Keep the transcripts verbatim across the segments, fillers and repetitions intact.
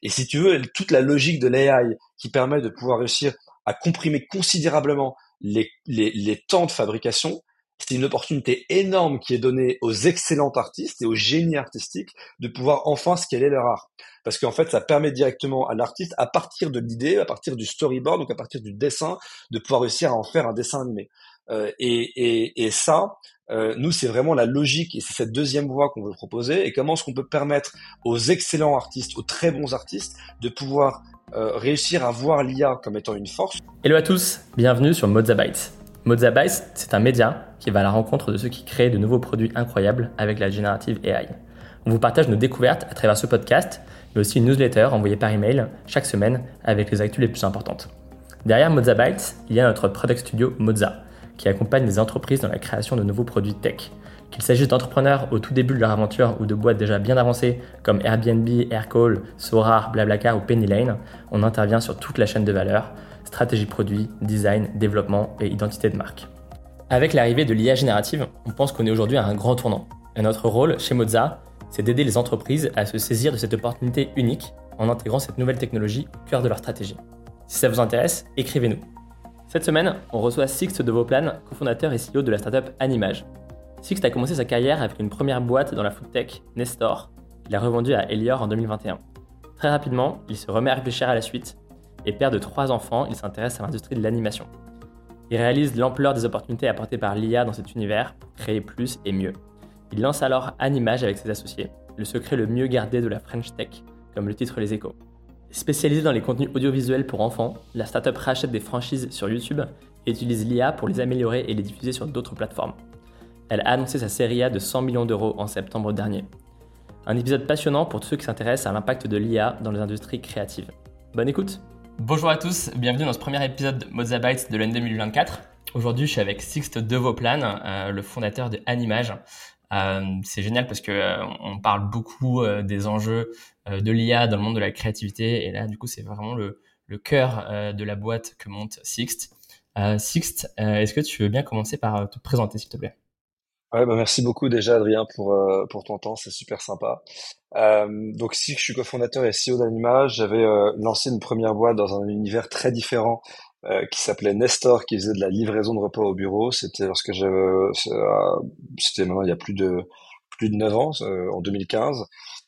Et si tu veux, toute la logique de l'A I qui permet de pouvoir réussir à comprimer considérablement les, les, les temps de fabrication, c'est une opportunité énorme qui est donnée aux excellents artistes et aux génies artistiques de pouvoir enfin scaler leur art. Parce qu'en fait, ça permet directement à l'artiste, à partir de l'idée, à partir du storyboard, donc à partir du dessin, de pouvoir réussir à en faire un dessin animé. Euh, et, et, et ça, euh, nous, c'est vraiment la logique et c'est cette deuxième voie qu'on veut proposer. Et comment est-ce qu'on peut permettre aux excellents artistes, aux très bons artistes, de pouvoir euh, réussir à voir l'I A comme étant une force. Hello à tous, bienvenue sur Mozzabytes. Mozzabytes, c'est un média qui va à la rencontre de ceux qui créent de nouveaux produits incroyables avec la générative A I. On vous partage nos découvertes à travers ce podcast, mais aussi une newsletter envoyée par email chaque semaine avec les actus les plus importantes. Derrière Mozzabytes, il y a notre product studio Mozza, qui accompagne les entreprises dans la création de nouveaux produits tech. Qu'il s'agisse d'entrepreneurs au tout début de leur aventure ou de boîtes déjà bien avancées comme Airbnb, Aircall, Sorar, Blablacar ou Penny Lane, on intervient sur toute la chaîne de valeur, stratégie produit, design, développement et identité de marque. Avec l'arrivée de l'I A générative, on pense qu'on est aujourd'hui à un grand tournant. Et notre rôle chez Mozza, c'est d'aider les entreprises à se saisir de cette opportunité unique en intégrant cette nouvelle technologie au cœur de leur stratégie. Si ça vous intéresse, écrivez-nous. Cette semaine, on reçoit Sixte de Vauplane, cofondateur et C E O de la startup Animage. Sixte a commencé sa carrière avec une première boîte dans la food tech, Nestor, qu'il a revendue à Elior en deux mille vingt et un. Très rapidement, il se remet à réfléchir à la suite, et père de trois enfants, il s'intéresse à l'industrie de l'animation. Il réalise l'ampleur des opportunités apportées par l'I A dans cet univers pour créer plus et mieux. Il lance alors Animage avec ses associés, le secret le mieux gardé de la French Tech, comme le titre Les Échos. Spécialisée dans les contenus audiovisuels pour enfants, la startup rachète des franchises sur YouTube et utilise l'I A pour les améliorer et les diffuser sur d'autres plateformes. Elle a annoncé sa série A de cent millions d'euros en septembre dernier. Un épisode passionnant pour tous ceux qui s'intéressent à l'impact de l'I A dans les industries créatives. Bonne écoute! Bonjour à tous, bienvenue dans ce premier épisode de Mozzabytes de l'année deux mille vingt-quatre. Aujourd'hui, je suis avec Sixte de Vauplane, euh, le fondateur de Animage. Euh, c'est génial parce que euh, on parle beaucoup euh, des enjeux euh, de l'I A dans le monde de la créativité et là, du coup, c'est vraiment le, le cœur euh, de la boîte que monte Sixte. Euh, Sixte, euh, est-ce que tu veux bien commencer par te présenter, s'il te plaît? Ouais, bah merci beaucoup déjà Adrien pour euh, pour ton temps, c'est super sympa. Euh, donc si je suis cofondateur et C E O d'Animage, j'avais euh, lancé une première boîte dans un univers très différent euh, qui s'appelait Nestor, qui faisait de la livraison de repas au bureau. C'était lorsque j'avais, euh, c'était maintenant il y a plus de plus de neuf ans, euh, en deux mille quinze.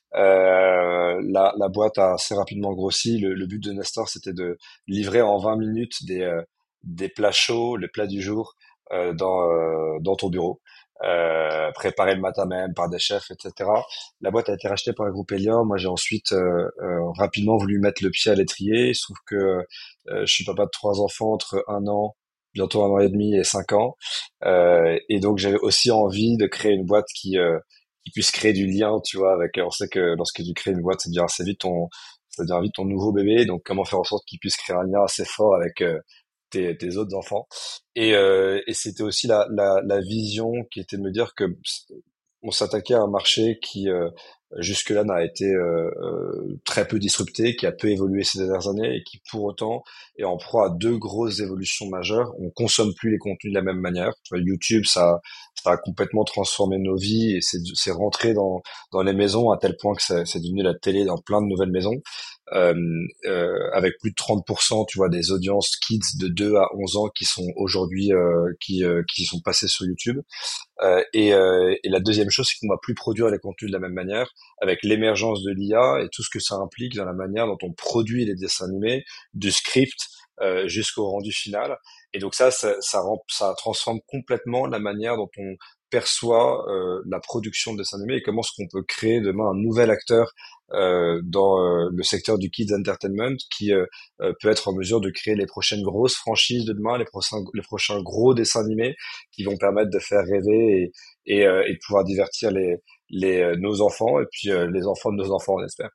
Euh, la, la boîte a assez rapidement grossi. Le, le but de Nestor, c'était de livrer en vingt minutes des euh, des plats chauds, les plats du jour euh, dans euh, dans ton bureau. Euh, préparé le matin même par des chefs, et cetera. La boîte a été rachetée par le groupe Elior. Moi, j'ai ensuite euh, euh, rapidement voulu mettre le pied à l'étrier. Il se trouve que euh, je suis papa de trois enfants entre un an, bientôt un an et demi et cinq ans. Euh, et donc, j'avais aussi envie de créer une boîte qui euh, qui puisse créer du lien, tu vois. Avec, on sait que lorsque tu crées une boîte, ça devient assez vite ton ça devient vite ton nouveau bébé. Donc, comment faire en sorte qu'il puisse créer un lien assez fort avec euh, tes, tes autres enfants. Et, euh, et c'était aussi la, la, la vision qui était de me dire que on s'attaquait à un marché qui euh, jusque-là n'a été euh, euh, très peu disrupté, qui a peu évolué ces dernières années et qui pour autant est en proie à deux grosses évolutions majeures. On consomme plus les contenus de la même manière. Tu vois, YouTube, ça, ça a complètement transformé nos vies et c'est, c'est rentré dans, dans les maisons à tel point que c'est, c'est devenu la télé dans plein de nouvelles maisons. Euh, euh, avec plus de trente pour cent, tu vois, des audiences kids de deux à onze ans qui sont aujourd'hui euh, qui euh, qui sont passées sur YouTube. Euh, et, euh, et la deuxième chose, c'est qu'on va plus produire les contenus de la même manière, avec l'émergence de l'I A et tout ce que ça implique dans la manière dont on produit les dessins animés, du script euh, jusqu'au rendu final. Et donc ça, ça, ça, rend, ça transforme complètement la manière dont on perçoit euh, la production de dessins animés et comment est-ce qu'on peut créer demain un nouvel acteur euh, dans euh, le secteur du kids entertainment qui euh, euh, peut être en mesure de créer les prochaines grosses franchises de demain, les prochains, les prochains gros dessins animés qui vont permettre de faire rêver et, et, euh, et de pouvoir divertir les, les, euh, nos enfants et puis euh, les enfants de nos enfants, on espère.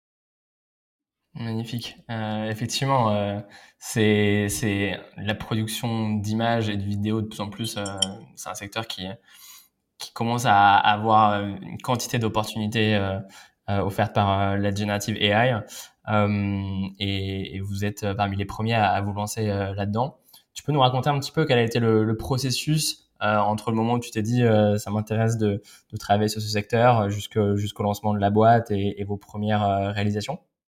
Magnifique. Euh, effectivement, euh, c'est c'est la production d'images et de vidéos de plus en plus. Euh, c'est un secteur qui qui commence à avoir une quantité d'opportunités euh, euh, offertes par euh, la générative A I. Euh, et, et vous êtes parmi les premiers à, à vous lancer euh, là-dedans. Tu peux nous raconter un petit peu quel a été le, le processus euh, entre le moment où tu t'es dit euh, ça m'intéresse de, de travailler sur ce secteur jusqu'au jusqu'au lancement de la boîte et, et vos premières euh, réalisations?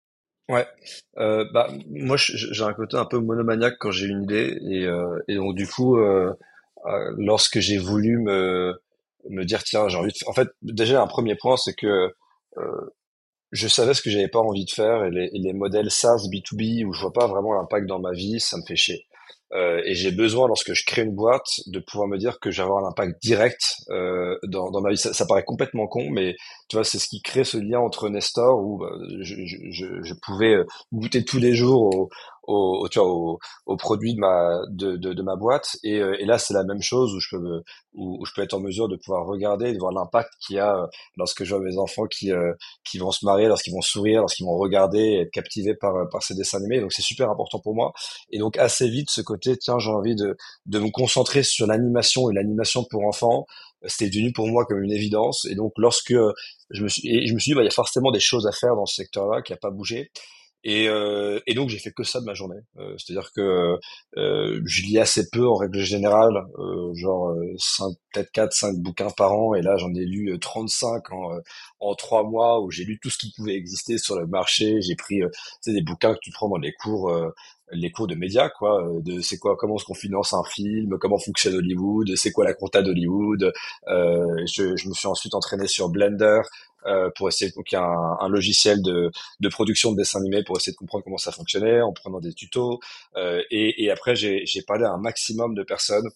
Ouais, euh, bah moi je- j'ai un côté un peu monomaniaque quand j'ai une idée et, euh, et donc du coup euh, euh, lorsque j'ai voulu me me dire tiens j'ai envie de f- en fait déjà un premier point c'est que euh, je savais ce que j'avais pas envie de faire et les, et les modèles SaaS B deux B où je vois pas vraiment l'impact dans ma vie, ça me fait chier. Euh, et j'ai besoin, lorsque je crée une boîte, de pouvoir me dire que j'ai avoir un impact direct euh, dans, dans ma vie. Ça, ça paraît complètement con, mais tu vois, c'est ce qui crée ce lien entre Nestor où bah, je, je, je, je pouvais euh, goûter tous les jours au, au, au- tu vois, au, aux produits de ma de, de, de ma boîte. Et, euh, et là, c'est la même chose où je peux me- où, où je peux être en mesure de pouvoir regarder, et de voir l'impact qu'il y a euh, lorsque je vois mes enfants qui euh, qui vont se marier, lorsqu'ils vont sourire, lorsqu'ils vont regarder et être captivés par par ces dessins animés. Donc c'est super important pour moi. Et donc assez vite, ce côté, tiens, j'ai envie de, de me concentrer sur l'animation et l'animation pour enfants, euh, c'était devenu pour moi comme une évidence. Et donc lorsque euh, je me suis, et je me suis dit, bah, il y a forcément des choses à faire dans ce secteur-là qui a pas bougé. Et, euh, et donc j'ai fait que ça de ma journée. Euh, c'est-à-dire que euh, je lis assez peu en règle générale, euh, genre euh, cinq, peut-être quatre, cinq bouquins par an. Et là j'en ai lu euh, trente-cinq en, euh, en trois mois où j'ai lu tout ce qui pouvait exister sur le marché. J'ai pris euh, tu sais, des bouquins que tu prends dans les cours, euh, les cours de médias, quoi. euh, De c'est quoi, comment est-ce qu'on finance un film, comment fonctionne Hollywood, c'est quoi la compta d'Hollywood. Euh, je, je me suis ensuite entraîné sur Blender. Euh, pour essayer donc il y a un, un logiciel de de production de dessins animés pour essayer de comprendre comment ça fonctionnait en prenant des tutos. Euh, et, et après, j'ai, j'ai parlé à un maximum de personnes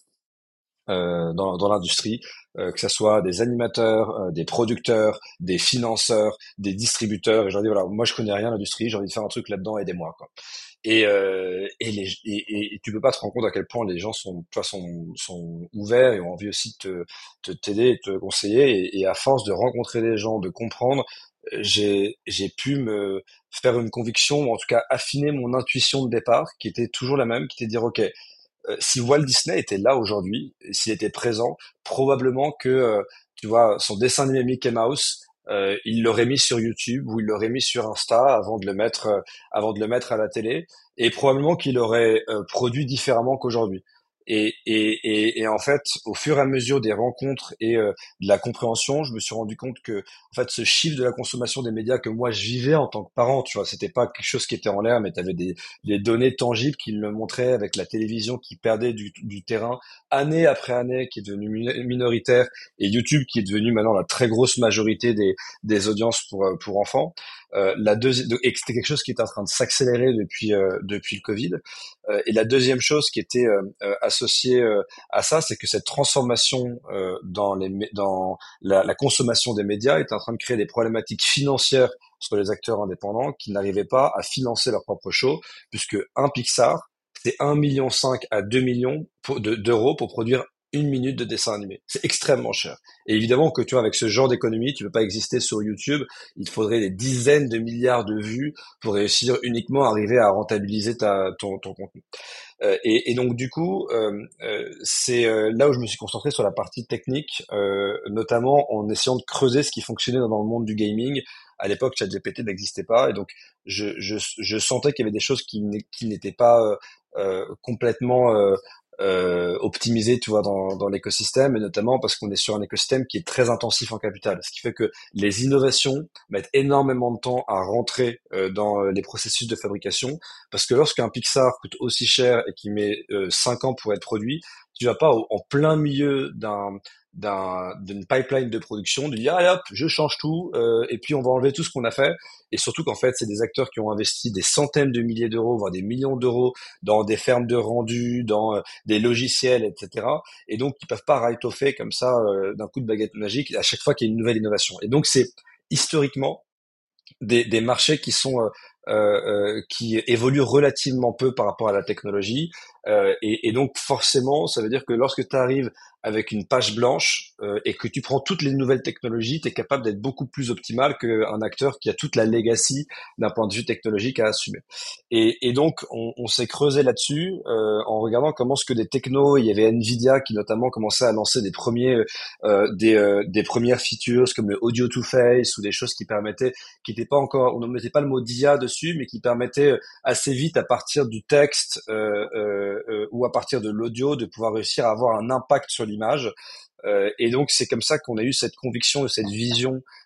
euh, dans, dans l'industrie, euh, que ce soit des animateurs, euh, des producteurs, des financeurs, des distributeurs. Et je leur dis, voilà, moi je connais rien à l'industrie, j'ai envie de faire un truc là-dedans, aidez-moi, quoi. Et, euh, et, les, et, et tu peux pas te rendre compte à quel point les gens sont, tu vois, sont, sont ouverts et ont envie aussi de te, te t'aider et de te conseiller. Et, et à force de rencontrer des gens, de comprendre, euh, j'ai, j'ai pu me faire une conviction, ou en tout cas affiner mon intuition de départ, qui était toujours la même, qui était de dire, OK, euh, si Walt Disney était là aujourd'hui, s'il était présent, probablement que, euh, tu vois, son dessin animé Mickey Mouse, euh, il l'aurait mis sur YouTube ou il l'aurait mis sur Insta avant de le mettre, euh, avant de le mettre à la télé, et probablement qu'il aurait euh, produit différemment qu'aujourd'hui. Et, et, et, et en fait, au fur et à mesure des rencontres et euh, de la compréhension, je me suis rendu compte que, en fait, ce chiffre de la consommation des médias que moi je vivais en tant que parent, tu vois, c'était pas quelque chose qui était en l'air, mais tu avais des des données tangibles qui le montraient avec la télévision qui perdait du, du terrain année après année, qui est devenue min- minoritaire, et YouTube qui est devenu maintenant la très grosse majorité des, des audiences pour, euh, pour enfants. Euh, la deuxième, et que c'était quelque chose qui était en train de s'accélérer depuis, euh, depuis le Covid. Euh, et la deuxième chose qui était euh, euh, associée euh, à ça, c'est que cette transformation euh, dans, les, mé- dans la, la consommation des médias est en train de créer des problématiques financières sur les acteurs indépendants qui n'arrivaient pas à financer leur propre show, puisque un Pixar, c'est un million cinq à deux millions pour- de- d'euros pour produire une minute de dessin animé. C'est extrêmement cher. Et évidemment que tu vois, avec ce genre d'économie, tu peux pas exister sur YouTube. Il te faudrait des dizaines de milliards de vues pour réussir uniquement à arriver à rentabiliser ta, ton, ton contenu. Euh, et, et donc du coup, euh, euh, c'est euh, là où je me suis concentré sur la partie technique, euh, notamment en essayant de creuser ce qui fonctionnait dans le monde du gaming. À l'époque, ChatGPT n'existait pas, et donc je, je, je sentais qu'il y avait des choses qui n'est- qui n'étaient pas euh, euh, complètement euh, euh, optimisées, tu vois, dans, dans l'écosystème, et notamment parce qu'on est sur un écosystème qui est très intensif en capital, ce qui fait que les innovations mettent énormément de temps à rentrer euh, dans euh, les processus de fabrication, parce que lorsqu'un Pixar coûte aussi cher et qui met euh, cinq ans pour être produit, tu vas pas au- en plein milieu d'un d'un d'une pipeline de production de dire allez hop je change tout euh, et puis on va enlever tout ce qu'on a fait, et surtout qu'en fait c'est des acteurs qui ont investi des centaines de milliers d'euros voire des millions d'euros dans des fermes de rendu, dans euh, des logiciels, etc., et donc ils peuvent pas raritoffer comme ça euh, d'un coup de baguette magique à chaque fois qu'il y a une nouvelle innovation. Et donc c'est historiquement des, des marchés qui sont euh, euh, qui évoluent relativement peu par rapport à la technologie, euh, et, et donc forcément ça veut dire que lorsque tu arrives avec une page blanche euh, et que tu prends toutes les nouvelles technologies, tu es capable d'être beaucoup plus optimal qu'un acteur qui a toute la legacy d'un point de vue technologique à assumer. Et, et donc on, on s'est creusé là-dessus euh, en regardant comment ce que des technos, il y avait Nvidia qui notamment commençait à lancer des premiers euh, des, euh, des premières features comme le audio to face ou des choses qui permettaient, qui n'était pas encore, on ne mettait pas le mot d'I A dessus, mais qui permettait euh, assez vite à partir du texte euh, euh, euh, ou à partir de l'audio de pouvoir réussir à avoir un impact sur l'image. Euh, et donc c'est comme ça qu'on a eu cette conviction, cette vision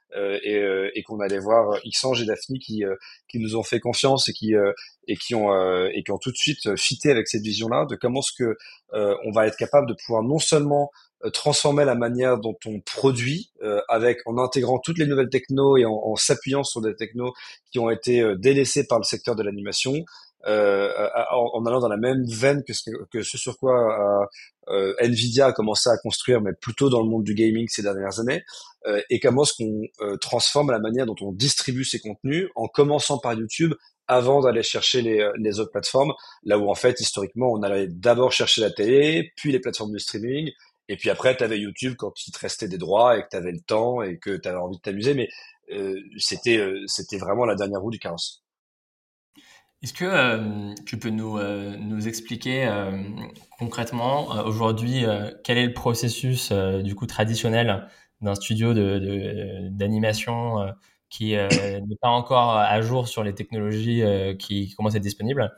euh, et, euh, et qu'on allait voir Xange et Daphne qui euh, qui nous ont fait confiance et qui euh, et qui ont euh, et qui ont tout de suite fité avec cette vision-là de comment est-ce que euh, on va être capable de pouvoir non seulement euh, transformer la manière dont on produit euh, avec en intégrant toutes les nouvelles technos et en, en s'appuyant sur des technos qui ont été euh, délaissés par le secteur de l'animation, euh, en, en allant dans la même veine que ce, que ce sur quoi euh, euh, Nvidia a commencé à construire, mais plutôt dans le monde du gaming ces dernières années, euh, et comment est-ce qu'on euh, transforme la manière dont on distribue ces contenus, en commençant par YouTube, avant d'aller chercher les, les autres plateformes, là où en fait historiquement on allait d'abord chercher la télé, puis les plateformes de streaming, et puis après tu avais YouTube quand il te restait des droits et que tu avais le temps et que tu avais envie de t'amuser, mais euh, c'était euh, c'était vraiment la dernière roue du carrosse. Est-ce que euh, tu peux nous, euh, nous expliquer euh, concrètement euh, aujourd'hui euh, quel est le processus euh, du coup traditionnel d'un studio de, de- d'animation euh, qui euh, n'est pas encore à jour sur les technologies euh, qui, qui commencent à être disponibles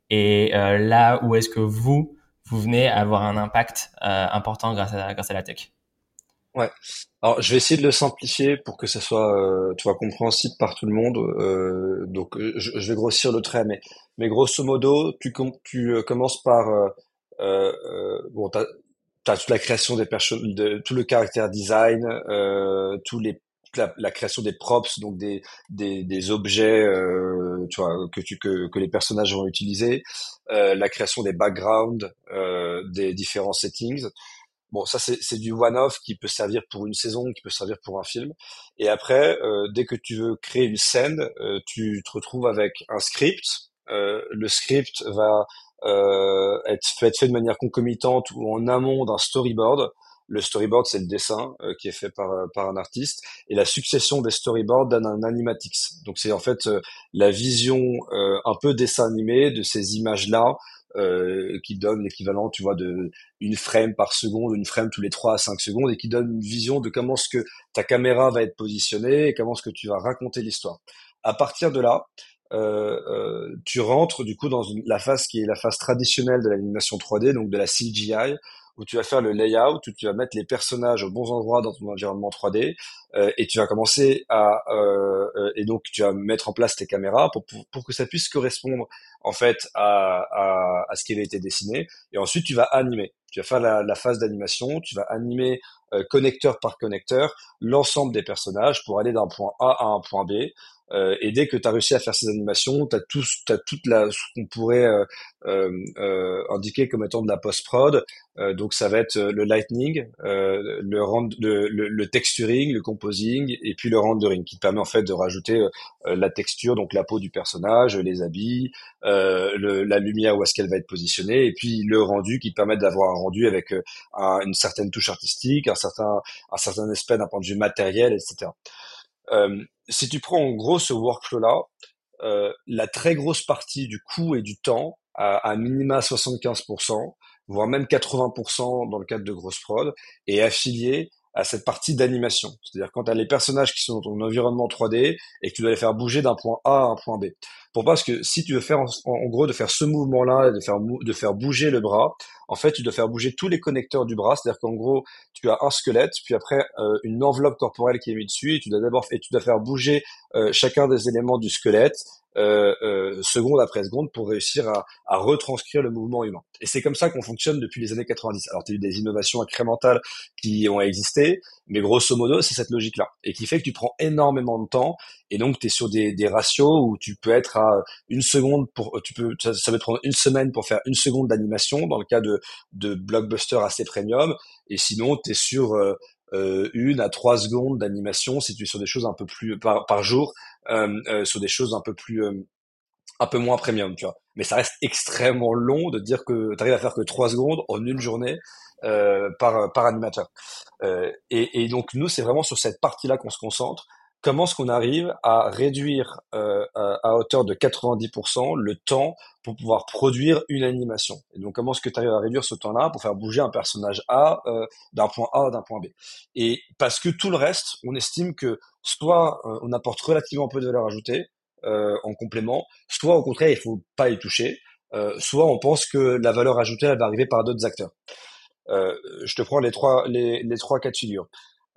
et euh, là où est-ce que vous vous venez avoir un impact euh, important grâce à grâce à la tech? Ouais. Alors, je vais essayer de le simplifier pour que ça soit, euh, tu vois, compréhensible par tout le monde. Euh, donc, euh, je, je vais grossir le trait, mais, mais grosso modo, tu, com- tu euh, commences par, euh, euh, euh, bon, t'as, t'as toute la création des personnes, de, tout le caractère design, euh, tous les, la, la création des props, donc des, des, des objets, euh, tu vois, que tu, que, que les personnages vont utiliser, euh, la création des backgrounds, euh, des différents settings. Bon, ça c'est c'est du one-off qui peut servir pour une saison, qui peut servir pour un film. Et après, euh, dès que tu veux créer une scène, euh, tu te retrouves avec un script. Euh, le script va euh, être fait, être fait de manière concomitante ou en amont d'un storyboard. Le storyboard, c'est le dessin euh, qui est fait par, euh, par un artiste. Et la succession des storyboards donne un animatix. Donc c'est en fait euh, la vision euh, un peu dessin animé de ces images-là euh, qui donne l'équivalent, tu vois, de une frame par seconde, une frame tous les trois à cinq secondes et qui donne une vision de comment ce que ta caméra va être positionnée et comment ce que tu vas raconter l'histoire. À partir de là, euh, euh, tu rentres du coup dans une, la phase qui est la phase traditionnelle de l'animation trois D, donc de la C G I, où tu vas faire le layout, où tu vas mettre les personnages aux bons endroits dans ton environnement trois D, euh, et tu vas commencer à euh, euh, et donc tu vas mettre en place tes caméras pour, pour, pour que ça puisse correspondre en fait à, à, à ce qui avait été dessiné. Et ensuite tu vas animer. Tu vas faire la, la phase d'animation, tu vas animer euh, connecteur par connecteur l'ensemble des personnages pour aller d'un point A à un point B. Euh, et dès que tu as réussi à faire ces animations, tu as tout, t'as toute la, ce qu'on pourrait euh, euh, euh, indiquer comme étant de la post-prod. Euh, donc ça va être euh, le lightning, euh, le, rend, le, le, le texturing, le composing et puis le rendering qui te permet en fait de rajouter euh, la texture, donc la peau du personnage, les habits, euh, le, la lumière où est-ce qu'elle va être positionnée et puis le rendu qui te permet d'avoir un rendu avec euh, un, une certaine touche artistique, un certain, un certain aspect d'un point de vue matériel, et cetera. Euh, si tu prends en gros ce workflow-là, euh, la très grosse partie du coût et du temps, à, à minima soixante-quinze pour cent, voire même quatre-vingts pour cent dans le cadre de grosses prod, est affilié à cette partie d'animation. C'est-à-dire quand tu as les personnages qui sont dans ton environnement trois D et que tu dois les faire bouger d'un point A à un point B. Pour parce que si tu veux faire en, en gros de faire ce mouvement-là, de faire de faire bouger le bras, en fait tu dois faire bouger tous les connecteurs du bras. C'est-à-dire qu'en gros tu as un squelette, puis après euh, une enveloppe corporelle qui est mise dessus, et tu dois d'abord et tu dois faire bouger euh, chacun des éléments du squelette euh, euh, seconde après seconde pour réussir à, à retranscrire le mouvement humain. Et c'est comme ça qu'on fonctionne depuis les années quatre-vingt-dix. Alors, tu as eu des innovations incrémentales qui ont existé, mais grosso modo, c'est cette logique-là. Et qui fait que tu prends énormément de temps, et donc tu es sur des, des ratios où tu peux être à une seconde pour, tu peux, ça, ça va te prendre une semaine pour faire une seconde d'animation dans le cas de, de blockbusters assez premium, et sinon tu es sur euh, euh, une à trois secondes d'animation si tu es sur des choses un peu plus par, par jour, euh, euh, sur des choses un peu plus euh, un peu moins premium, tu vois. Mais ça reste extrêmement long de dire que tu arrives à faire que trois secondes en une journée euh, par par animateur. Euh, et, et donc nous, c'est vraiment sur cette partie-là qu'on se concentre. Comment est-ce qu'on arrive à réduire euh, à, à hauteur de quatre-vingt-dix pour cent le temps pour pouvoir produire une animation? Et donc comment est-ce que tu arrives à réduire ce temps-là pour faire bouger un personnage A euh, d'un point A à d'un point B? Et parce que tout le reste, on estime que soit euh, on apporte relativement peu de valeur ajoutée euh, en complément, soit au contraire il faut pas y toucher, euh, soit on pense que la valeur ajoutée elle va arriver par d'autres acteurs. Euh, je te prends les trois les, les trois cas de figure.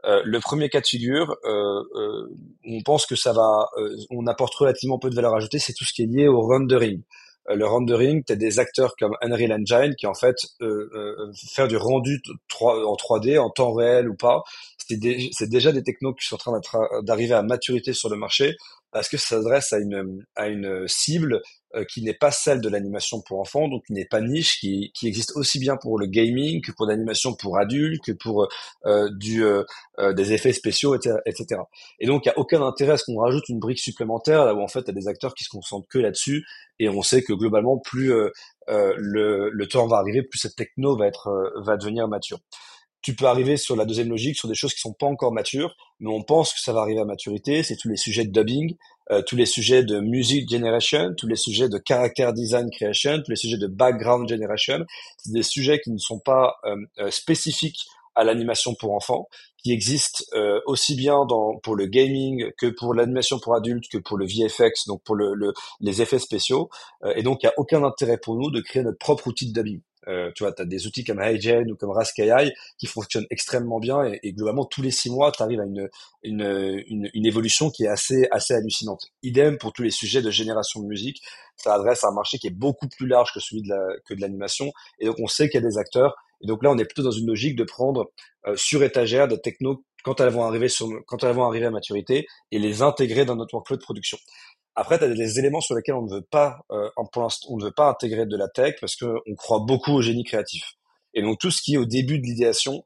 Euh, le premier cas de figure, euh, euh, on pense que ça va, euh, on apporte relativement peu de valeur ajoutée, c'est tout ce qui est lié au rendering. Euh, le rendering, tu as des acteurs comme Unreal Engine qui en fait euh, euh, faire du rendu trois- en trois D en temps réel ou pas. C'est dé- c'est déjà des technos qui sont en train d'être- d'arriver à maturité sur le marché parce que ça s'adresse à une à une cible euh, qui n'est pas celle de l'animation pour enfants, donc qui n'est pas niche, qui qui existe aussi bien pour le gaming que pour l'animation pour adultes, que pour euh, du euh, euh, des effets spéciaux, et cetera, et cetera. Et donc, il n'y a aucun intérêt à ce qu'on rajoute une brique supplémentaire, là où en fait, il y a des acteurs qui se concentrent que là-dessus, et on sait que globalement, plus euh, euh, le, le temps va arriver, plus cette techno va être euh, va devenir mature. Tu peux arriver sur la deuxième logique, sur des choses qui sont pas encore matures, mais on pense que ça va arriver à maturité. C'est tous les sujets de dubbing, euh, tous les sujets de music generation, tous les sujets de character design creation, tous les sujets de background generation. C'est des sujets qui ne sont pas euh, euh, spécifiques à l'animation pour enfants, qui existent euh, aussi bien dans, pour le gaming que pour l'animation pour adultes, que pour le V F X, donc pour le, le, les effets spéciaux. Euh, et donc, il n'y a aucun intérêt pour nous de créer notre propre outil de dubbing. Euh, tu vois, tu as des outils comme HeyGen ou comme Raskai qui fonctionnent extrêmement bien et, et globalement tous les six mois, tu arrives à une, une, une, une évolution qui est assez, assez hallucinante. Idem pour tous les sujets de génération de musique. Ça adresse à un marché qui est beaucoup plus large que celui de la, que de l'animation. Et donc on sait qu'il y a des acteurs. Et donc là, on est plutôt dans une logique de prendre euh, sur étagère des technos quand elles vont arriver sur, quand elles vont arriver à maturité et les intégrer dans notre workflow de production. Après, tu as des éléments sur lesquels on ne veut pas, euh, pour l'instant, on ne veut pas intégrer de la tech parce que on croit beaucoup au génie créatif. Et donc tout ce qui est au début de l'idéation,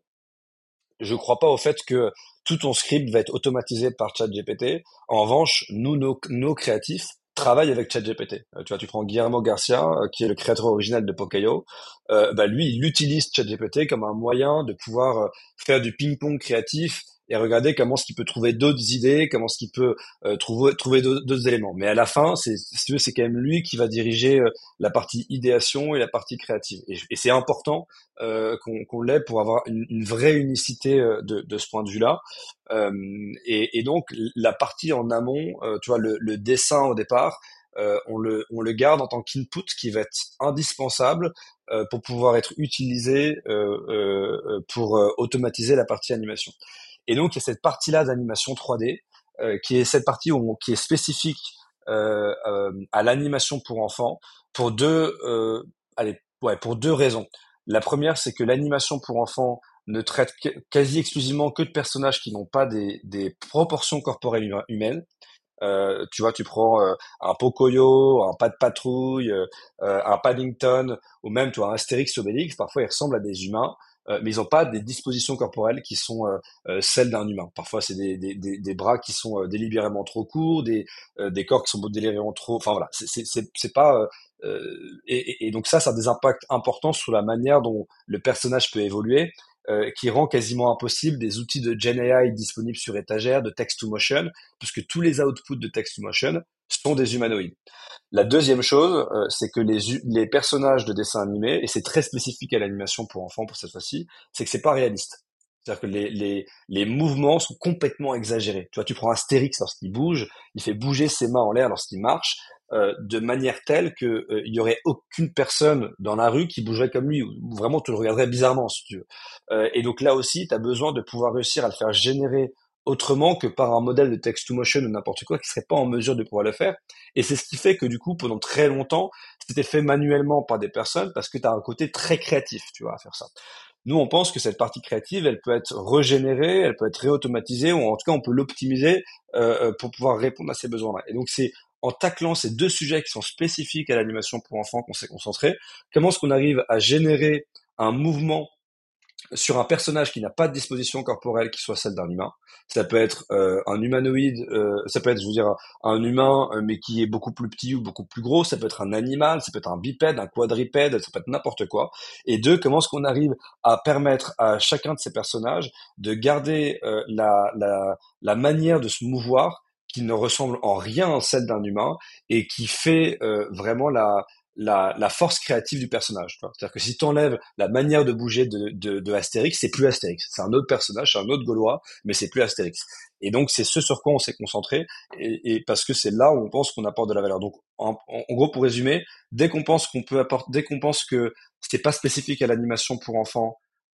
je crois pas au fait que tout ton script va être automatisé par ChatGPT. En revanche, nous, nos, nos créatifs travaillent avec ChatGPT. Euh, tu vois, tu prends Guillermo Garcia, euh, qui est le créateur original de Pocayo. Euh, bah lui, il utilise ChatGPT comme un moyen de pouvoir euh, faire du ping-pong créatif et regarder comment est-ce qu'il peut trouver d'autres idées, comment est-ce qu'il peut euh, trouver trouver d'autres d'autres éléments. Mais à la fin, c'est si tu veux, c'est quand même lui qui va diriger euh, la partie idéation et la partie créative. Et, et c'est important euh, qu'on qu'on l'ait pour avoir une, une vraie unicité euh, de, de ce point de vue-là. Euh, et, et donc la partie en amont, euh, tu vois, le, le dessin au départ, euh, on le on le garde en tant qu'input qui va être indispensable euh, pour pouvoir être utilisé euh, euh, pour euh, automatiser la partie animation. Et donc il y a cette partie-là d'animation trois D euh, qui est cette partie où on- qui est spécifique euh, euh, à l'animation pour enfants pour deux euh, allez ouais pour deux raisons. La première, c'est que l'animation pour enfants ne traite que- quasi exclusivement que de personnages qui n'ont pas des, des proportions corporelles huma- humaines. Euh, tu vois, tu prends euh, un Pocoyo, un Pas de Patrouille, euh, euh, un Paddington, ou même tu vois, un Astérix, Obélix, parfois ils ressemblent à des humains, euh, mais ils n'ont pas des dispositions corporelles qui sont euh, euh, celles d'un humain. Parfois c'est des, des, des, des bras qui sont euh, délibérément trop courts, des, euh, des corps qui sont délibérément trop... Enfin voilà, c'est c'est- c'est- c'est pas... euh, euh, et, et- et donc ça, ça a des impacts importants sur la manière dont le personnage peut évoluer, euh, qui rend quasiment impossible des outils de Gen A I disponibles sur étagère, de text to motion, puisque tous les outputs de text to motion sont des humanoïdes. La deuxième chose, euh, c'est que les, hu- les personnages de dessin animé, et c'est très spécifique à l'animation pour enfants pour cette fois-ci, c'est que c'est pas réaliste. C'est-à-dire que les, les, les mouvements sont complètement exagérés. Tu vois, tu prends Astérix lorsqu'il bouge, il fait bouger ses mains en l'air lorsqu'il marche, euh, de manière telle que euh, il y aurait aucune personne dans la rue qui bougerait comme lui, ou vraiment tu le regarderais bizarrement si tu veux. Euh, et donc là aussi, tu as besoin de pouvoir réussir à le faire générer autrement que par un modèle de text to motion ou n'importe quoi qui serait pas en mesure de pouvoir le faire. Et c'est ce qui fait que du coup, pendant très longtemps, c'était fait manuellement par des personnes parce que tu as un côté très créatif, tu vois, à faire ça. Nous, on pense que cette partie créative, elle peut être régénérée, elle peut être réautomatisée, ou en tout cas, on peut l'optimiser euh, euh, pour pouvoir répondre à ces besoins-là. Et donc, c'est en taclant ces deux sujets qui sont spécifiques à l'animation pour enfants qu'on s'est concentré. Comment est-ce qu'on arrive à générer un mouvement sur un personnage qui n'a pas de disposition corporelle qui soit celle d'un humain. Ça peut être euh, un humanoïde, euh, ça peut être, je veux dire, un, un humain, euh, mais qui est beaucoup plus petit ou beaucoup plus gros. Ça peut être un animal, ça peut être un bipède, un quadripède, ça peut être n'importe quoi. Et deux, comment est-ce qu'on arrive à permettre à chacun de ces personnages de garder euh, la, la, la manière de se mouvoir qui ne ressemble en rien à celle d'un humain et qui fait euh, vraiment la, la, la force créative du personnage. tu vois. C'est-à-dire que si tu enlèves la manière de bouger de, de, de Astérix, c'est plus Astérix. C'est un autre personnage, c'est un autre Gaulois, mais c'est plus Astérix. Et donc c'est ce sur quoi on s'est concentré, et, et parce que c'est là où on pense qu'on apporte de la valeur. Donc en, en, en gros, pour résumer, dès qu'on pense qu'on peut apporter, dès qu'on pense que c'est pas spécifique à l'animation pour enfants,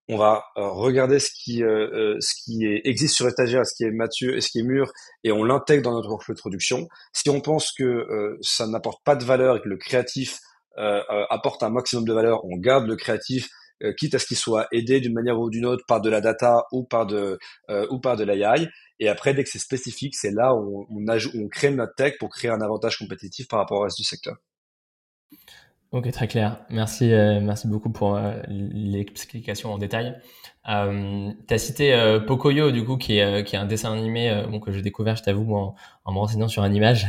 on va euh, regarder ce qui, euh, euh, ce qui est, existe sur étagère, ce qui est mature, ce qui est mûr, et on l'intègre dans notre workflow de production. Si on pense que euh, ça n'apporte pas de valeur et que le créatif euh, euh, apporte un maximum de valeur, on garde le créatif, euh, quitte à ce qu'il soit aidé d'une manière ou d'une autre par de la data ou par de euh, ou par de l'A I. Et après, dès que c'est spécifique, c'est là où on, on, ajoute, on crée notre tech pour créer un avantage compétitif par rapport au reste du secteur. Ok, très clair. Merci, euh, merci beaucoup pour euh, l'explication en détail. Euh, tu as cité euh, Pocoyo, du coup, qui est, euh, qui est un dessin animé euh, bon, que j'ai découvert, je t'avoue, en, en me renseignant sur un image,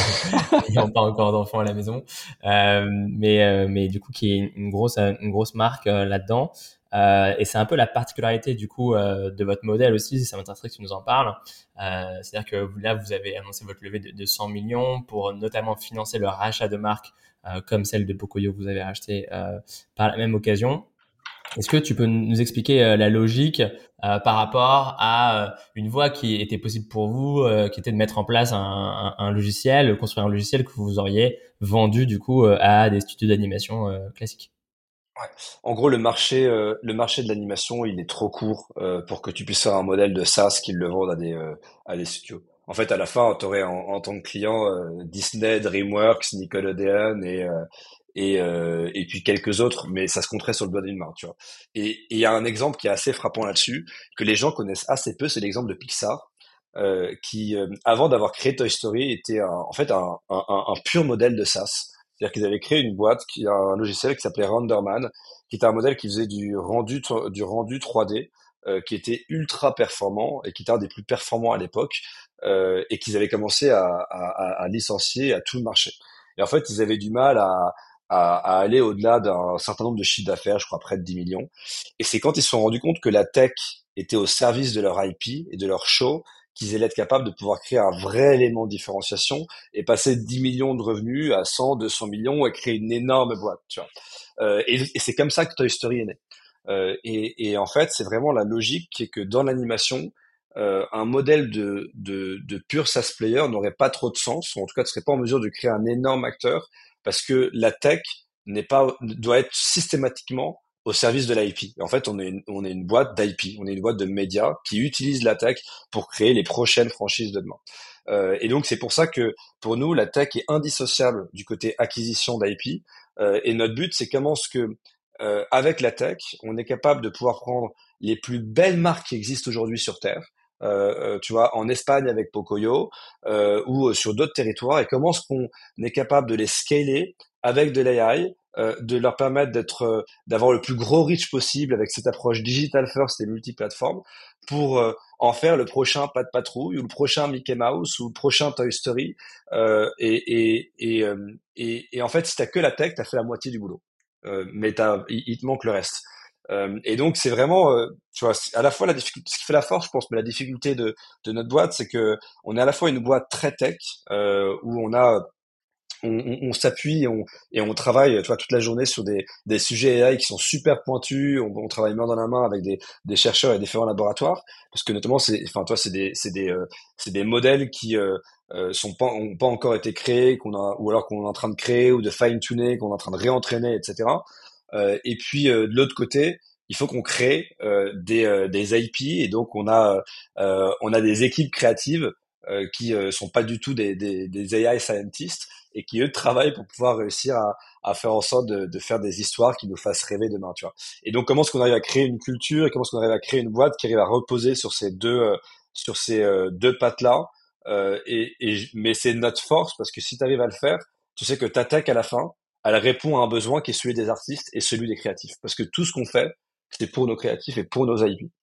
n'ayant pas encore d'enfants à la maison, euh, mais, euh, mais du coup, qui est une grosse, une grosse marque euh, là-dedans. Euh, et c'est un peu la particularité du coup euh, de votre modèle aussi, ça m'intéresserait que tu nous en parles. Euh, c'est-à-dire que là, vous avez annoncé votre levée de, de cent millions pour notamment financer le rachat de marques euh, comme celle de Pocoyo que vous avez acheté euh, par la même occasion. Est-ce que tu peux nous expliquer euh, la logique euh, par rapport à euh, une voie qui était possible pour vous, euh, qui était de mettre en place un, un, un logiciel, construire un logiciel que vous auriez vendu du coup euh, à des studios d'animation euh, classiques? Ouais. En gros, le marché, euh, le marché de l'animation, il est trop court euh, pour que tu puisses faire un modèle de SaaS qui le vendent à des, euh, à des studios. En fait, à la fin, tu aurais en, en tant que client euh, Disney, DreamWorks, Nickelodeon et euh, et euh, et puis quelques autres, mais ça se compterait sur le doigt d'une main, tu vois. Et et il y a un exemple qui est assez frappant là-dessus que les gens connaissent assez peu, c'est l'exemple de Pixar. Euh, qui, euh, avant d'avoir créé Toy Story, était un- en fait un, un, un un pur modèle de SaaS. C'est-à-dire qu'ils avaient créé une boîte, qui a un logiciel qui s'appelait Renderman, qui était un modèle qui faisait du rendu, du rendu trois D, euh, qui était ultra performant et qui était un des plus performants à l'époque, euh, et qu'ils avaient commencé à, à, à licencier à tout le marché. Et en fait, ils avaient du mal à, à, à aller au-delà d'un certain nombre de chiffres d'affaires, je crois près de dix millions. Et c'est quand ils se sont rendus compte que la tech était au service de leur I P et de leur show qu'ils allaient être capables de pouvoir créer un vrai élément de différenciation et passer de dix millions de revenus à cent, deux cents millions et créer une énorme boîte, tu vois. Euh, et, et c'est comme ça que Toy Story est né. Euh, et, et en fait, c'est vraiment la logique qui est que dans l'animation, euh, un modèle de, de, de pur SaaS player n'aurait pas trop de sens, ou en tout cas ne serait pas en mesure de créer un énorme acteur, parce que la tech n'est pas, doit être systématiquement au service de l'I P. Et en fait, on est une, on est une boîte d'I P, on est une boîte de médias qui utilise la tech pour créer les prochaines franchises de demain. Euh, et donc, c'est pour ça que pour nous, la tech est indissociable du côté acquisition d'I P. Euh, et notre but, c'est comment ce que euh, avec la tech, on est capable de pouvoir prendre les plus belles marques qui existent aujourd'hui sur Terre, euh, euh, tu vois, en Espagne avec Pocoyo, euh, ou sur d'autres territoires, et comment est-ce qu'on est capable de les scaler avec de l'A I, euh, de leur permettre d'être, euh, d'avoir le plus gros reach possible avec cette approche digital first et multiplateforme pour euh, en faire le prochain Pat Patrouille ou le prochain Mickey Mouse ou le prochain Toy Story. Euh, et, et, et, euh, et, et en fait, si t'as que la tech, t'as fait la moitié du boulot. Euh, mais t'as, il, il te manque le reste. Euh, et donc c'est vraiment, euh, tu vois, à la fois la difficulté, ce qui fait la force, je pense, mais la difficulté de, de notre boîte, c'est que on est à la fois une boîte très tech euh, où on a on, on, on s'appuie et on, et on travaille, tu vois, toute la journée sur des, des sujets A I qui sont super pointus. On, on travaille main dans la main avec des, des chercheurs et différents laboratoires, parce que notamment, c'est, enfin, toi, c'est des, c'est des, euh, c'est des modèles qui euh, euh, sont pas, ont pas encore été créés, qu'on a, ou alors qu'on est en train de créer ou de fine tuner, qu'on est en train de réentraîner, et cetera. Euh, et puis euh, de l'autre côté, il faut qu'on crée euh, des, euh, des I P, et donc on a, euh, on a des équipes créatives euh, qui euh, sont pas du tout des, des, des A I scientists et qui eux travaillent pour pouvoir réussir à, à faire en sorte de, de faire des histoires qui nous fassent rêver demain, tu vois. Et donc comment est-ce qu'on arrive à créer une culture et comment est-ce qu'on arrive à créer une boîte qui arrive à reposer sur ces deux euh, sur ces euh, deux pattes-là. Euh, et, et mais c'est notre force parce que si tu arrives à le faire, tu sais que ta tech à la fin, elle répond à un besoin qui est celui des artistes et celui des créatifs. Parce que tout ce qu'on fait, c'est pour nos créatifs et pour nos I P.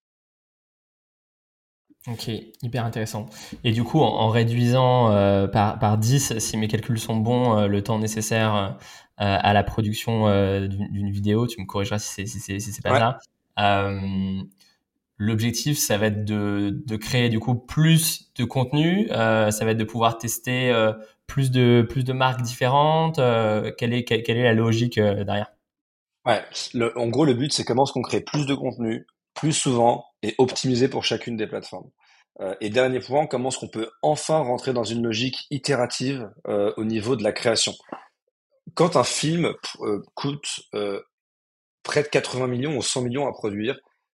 Ok, hyper intéressant. Et du coup, en, en réduisant euh, par, par dix, si mes calculs sont bons, euh, le temps nécessaire euh, à la production euh, d'une d'une vidéo, tu me corrigeras si c'est si c'est si c'est pas Ouais. ça. Euh, L'objectif, ça va être de, de créer du coup plus de contenu. Euh, ça va être de pouvoir tester euh, plus de plus de marques différentes. Euh, quelle est quelle, quelle est la logique euh, derrière? Ouais. Le- en gros, le but, c'est comment est-ce qu'on crée plus de contenu, plus souvent et optimisé pour chacune des plateformes. Euh, et dernier point, comment est-ce qu'on peut enfin rentrer dans une logique itérative euh, au niveau de la création. Quand un film euh, coûte euh, près de quatre-vingts millions ou cent millions à produire,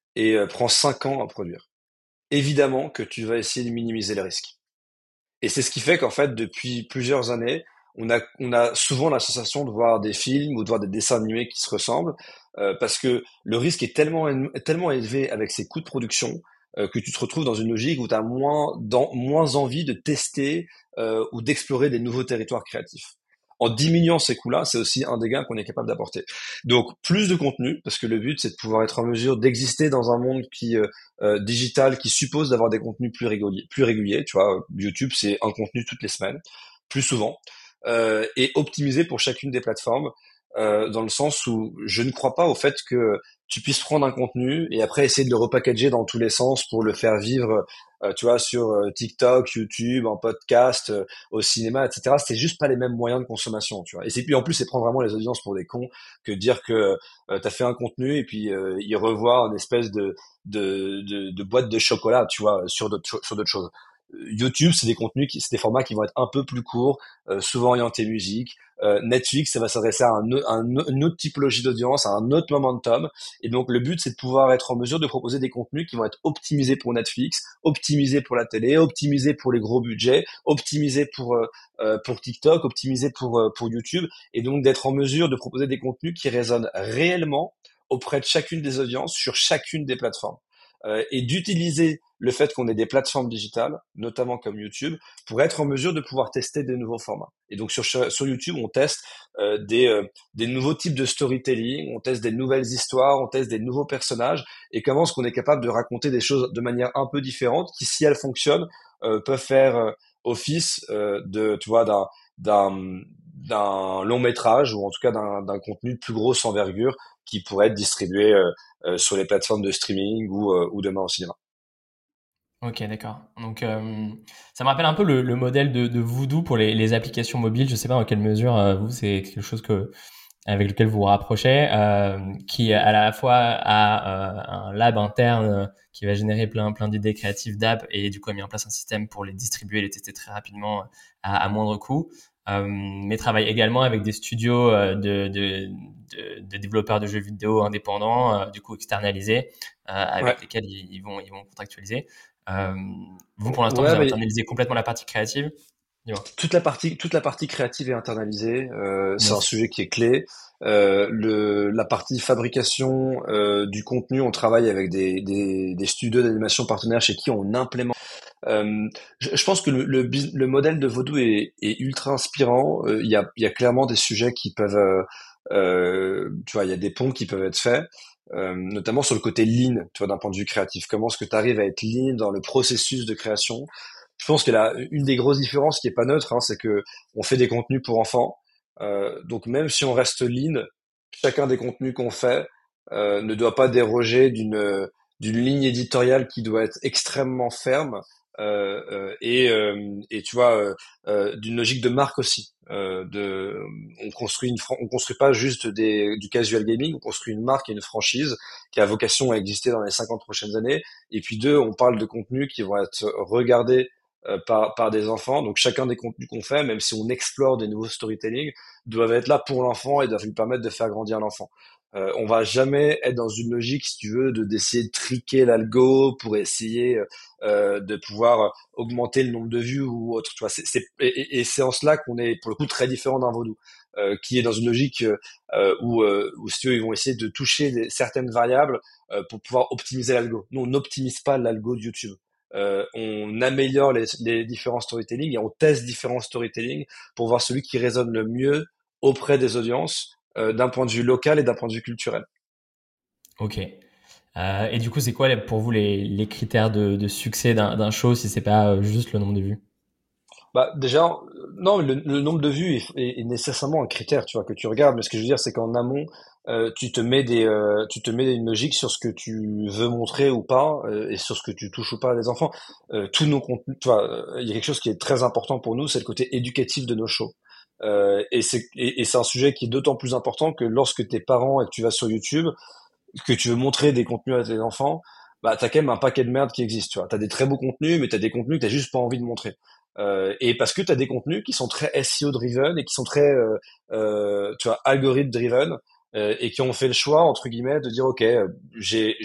et euh, prend cinq ans à produire. Évidemment que tu vas essayer de minimiser les risques. Et c'est ce qui fait qu'en fait, depuis plusieurs années, on a, on a souvent la sensation de voir des films ou de voir des dessins animés qui se ressemblent, euh, parce que le risque est tellement, tellement élevé avec ces coûts de production euh, que tu te retrouves dans une logique où tu as moins, dans, moins envie de tester euh, ou d'explorer des nouveaux territoires créatifs. En diminuant ces coûts-là, c'est aussi un des gains qu'on est capable d'apporter. Donc, plus de contenu, parce que le but, c'est de pouvoir être en mesure d'exister dans un monde qui euh, euh, digital, qui suppose d'avoir des contenus plus réguliers. Plus réguliers, tu vois, YouTube, c'est un contenu toutes les semaines, plus souvent, euh, et optimisé pour chacune des plateformes, euh, dans le sens où je ne crois pas au fait que tu puisses prendre un contenu et après essayer de le repackager dans tous les sens pour le faire vivre, euh, tu vois, sur euh, TikTok, YouTube, en podcast, euh, au cinéma, et cetera. C'est juste pas les mêmes moyens de consommation, tu vois. Et c'est puis en plus, c'est prendre vraiment les audiences pour des cons que de dire que euh, t'as fait un contenu et puis euh, ils revoient une espèce de de, de de boîte de chocolat, tu vois, sur d'autres cho- sur d'autres choses. Euh, YouTube, c'est des contenus qui, c'est des formats qui vont être un peu plus courts, euh, souvent orientés musique. Euh, Netflix, ça va s'adresser à un, au- un o- une autre typologie d'audience, à un autre momentum. Et donc, le but, c'est de pouvoir être en mesure de proposer des contenus qui vont être optimisés pour Netflix, optimisés pour la télé, optimisés pour les gros budgets, optimisés pour euh, euh, pour TikTok, optimisés pour euh, pour YouTube, et donc d'être en mesure de proposer des contenus qui résonnent réellement auprès de chacune des audiences sur chacune des plateformes. Euh, et d'utiliser le fait qu'on ait des plateformes digitales, notamment comme YouTube, pour être en mesure de pouvoir tester des nouveaux formats. Et donc sur, sur YouTube, on teste euh, des, euh, des nouveaux types de storytelling, on teste des nouvelles histoires, on teste des nouveaux personnages, et comment est-ce qu'on est capable de raconter des choses de manière un peu différente, qui, si elles fonctionnent, euh, peuvent faire euh, office euh, de, tu vois, d'un, d'un, d'un long métrage, ou en tout cas d'un, d'un contenu de plus grosse envergure qui pourrait être distribué euh, euh, sur les plateformes de streaming ou, euh, ou demain au cinéma. Ok, d'accord. Donc, euh, ça me rappelle un peu le, le modèle de, de Voodoo pour les, les applications mobiles. Je sais pas dans quelle mesure euh, vous, c'est quelque chose que avec lequel vous vous rapprochez, euh, qui à la fois a euh, un lab interne euh, qui va générer plein plein d'idées créatives d'app et du coup a mis en place un système pour les distribuer, les tester très rapidement à, à moindre coût, euh, mais travaille également avec des studios euh, de, de, de, de développeurs de jeux vidéo indépendants, euh, du coup externalisés, euh, Ouais. avec lesquels ils, ils vont ils vont contractualiser. Euh, vous pour l'instant vous Ouais, avez mais internalisé complètement la partie créative. Dis-moi. toute la partie, toute la partie créative est internalisée. Euh, c'est un Yes. sujet qui est clé. Euh, le, la partie fabrication euh, du contenu, on travaille avec des, des, des studios d'animation partenaires chez qui on implémente. Euh, je, je pense que le, le, bus- le modèle de Vaudou est, est ultra inspirant. Euh, Il y a, il y a clairement des sujets qui peuvent, euh, euh, tu vois, il y a des ponts qui peuvent être faits. Euh, notamment sur le côté lean, tu vois, d'un point de vue créatif. Comment est-ce que tu arrives à être lean dans le processus de création? Je pense que la, une des grosses différences qui est pas neutre, hein, c'est que on fait des contenus pour enfants. Euh, donc même si on reste lean, chacun des contenus qu'on fait euh, ne doit pas déroger d'une d'une ligne éditoriale qui doit être extrêmement ferme euh, euh, et euh, et tu vois euh, euh, d'une logique de marque aussi. Euh, de, on construit une, fran- on construit pas juste des, du casual gaming, on construit une marque et une franchise qui a vocation à exister dans les cinquante prochaines années. Et puis deux, on parle de contenus qui vont être regardés euh, par, par des enfants. Donc chacun des contenus qu'on fait, même si on explore des nouveaux storytelling, doivent être là pour l'enfant et doivent lui permettre de faire grandir l'enfant. Euh, on va jamais être dans une logique, si tu veux, de d'essayer de triquer l'algo pour essayer euh, de pouvoir augmenter le nombre de vues ou autre. Tu vois, c'est, c'est, et, et c'est en cela qu'on est pour le coup très différent d'un vaudou, euh, qui est dans une logique euh, où, euh, où si tu veux, ils vont essayer de toucher des, certaines variables euh, pour pouvoir optimiser l'algo. Nous, on n'optimise pas l'algo de YouTube. Euh, on améliore les, les différents storytelling et on teste différents storytelling pour voir celui qui résonne le mieux auprès des audiences euh, d'un point de vue local et d'un point de vue culturel. Ok. Euh, et du coup, c'est quoi les- pour vous les, les critères de, de succès d'un d'un show si c'est pas euh, juste le nombre de vues? Bah déjà, euh, non, le, le nombre de vues est, est- est nécessairement un critère, tu vois, que tu regardes. Mais ce que je veux dire, c'est qu'en amont, euh, tu te mets des, euh, tu te mets une logique sur ce que tu veux montrer ou pas, euh, et sur ce que tu touches ou pas à des enfants. Euh, tous nos contenus, tu vois, euh, il y a quelque chose qui est très important pour nous, c'est le côté éducatif de nos shows. Euh, et c'est et, et c'est un sujet qui est d'autant plus important que lorsque t'es parent et que tu vas sur YouTube, que tu veux montrer des contenus à tes enfants, bah t'as quand même un paquet de merde qui existe, tu vois. T'as des très beaux contenus, mais t'as des contenus que t'as juste pas envie de montrer. Euh, et parce que t'as des contenus qui sont très S E O driven et qui sont très, euh, euh, tu vois, algorithme driven euh, et qui ont fait le choix entre guillemets de dire ok, euh, j'ai, je,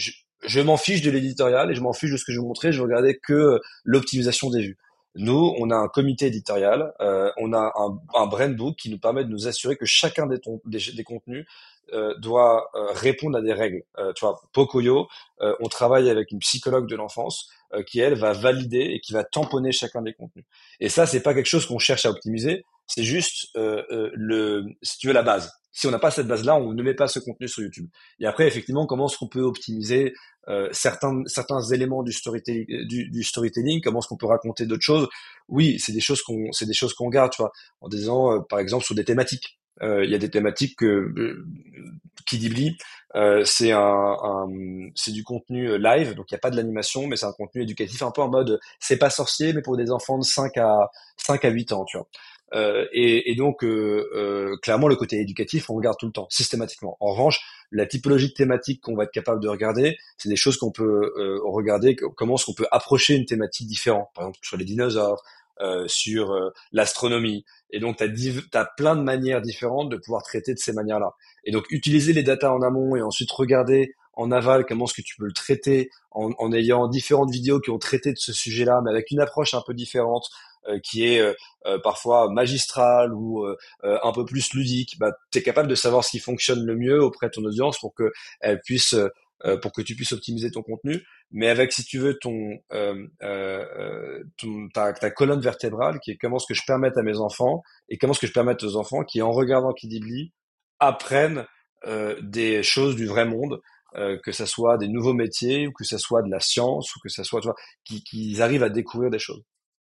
je m'en fiche de l'éditorial et je m'en fiche de ce que je vais vous montrer, je vais regarder que l'optimisation des vues. Nous, on a un comité éditorial, euh, on a un, un brand book qui nous permet de nous assurer que chacun des, ton- des, des contenus euh, doit euh, répondre à des règles. Euh, tu vois, Pocoyo, euh, on travaille avec une psychologue de l'enfance euh, qui, elle, va valider et qui va tamponner chacun des contenus. Et ça, c'est pas quelque chose qu'on cherche à optimiser, c'est juste euh, euh, le, si tu veux, la base. Si on n'a pas cette base-là, on ne met pas ce contenu sur YouTube. Et après, effectivement, comment est-ce qu'on peut optimiser euh, certains certains éléments du storytelling, du, du storytelling, comment est-ce qu'on peut raconter d'autres choses? Oui, c'est des choses qu'on c'est des choses qu'on garde, tu vois, en disant euh, par exemple sur des thématiques. Euh, Il y a des thématiques que euh, Kidibli, euh, c'est un, un c'est du contenu euh, live, donc il n'y a pas de l'animation, mais c'est un contenu éducatif un peu en mode c'est pas sorcier, mais pour des enfants de cinq à cinq à huit ans, tu vois. Euh, et, et donc, euh, euh, clairement, le côté éducatif, on regarde tout le temps, systématiquement. En revanche, la typologie de thématique qu'on va être capable de regarder, c'est des choses qu'on peut euh, regarder, que- comment est-ce qu'on peut approcher une thématique différente, par exemple sur les dinosaures, euh, sur euh, l'astronomie. Et donc, tu as plein de manières différentes de pouvoir traiter de ces manières-là. Et donc, utiliser les datas en amont et ensuite regarder en aval comment est-ce que tu peux le traiter en, en ayant différentes vidéos qui ont traité de ce sujet-là, mais avec une approche un peu différente, euh, qui est euh, euh, parfois magistrale ou euh, euh, un peu plus ludique, bah, tu es capable de savoir ce qui fonctionne le mieux auprès de ton audience pour que elle puisse euh, euh, pour que tu puisses optimiser ton contenu, mais avec, si tu veux, ton, euh, euh, ton ta, ta colonne vertébrale, qui est comment est-ce que je permette à mes enfants et comment est-ce que je permette aux enfants qui, en regardant Kidibli, apprennent euh, des choses du vrai monde, euh, que ça soit des nouveaux métiers ou que ça soit de la science ou que ça soit, tu vois, qui- qu'ils arrivent à découvrir des choses.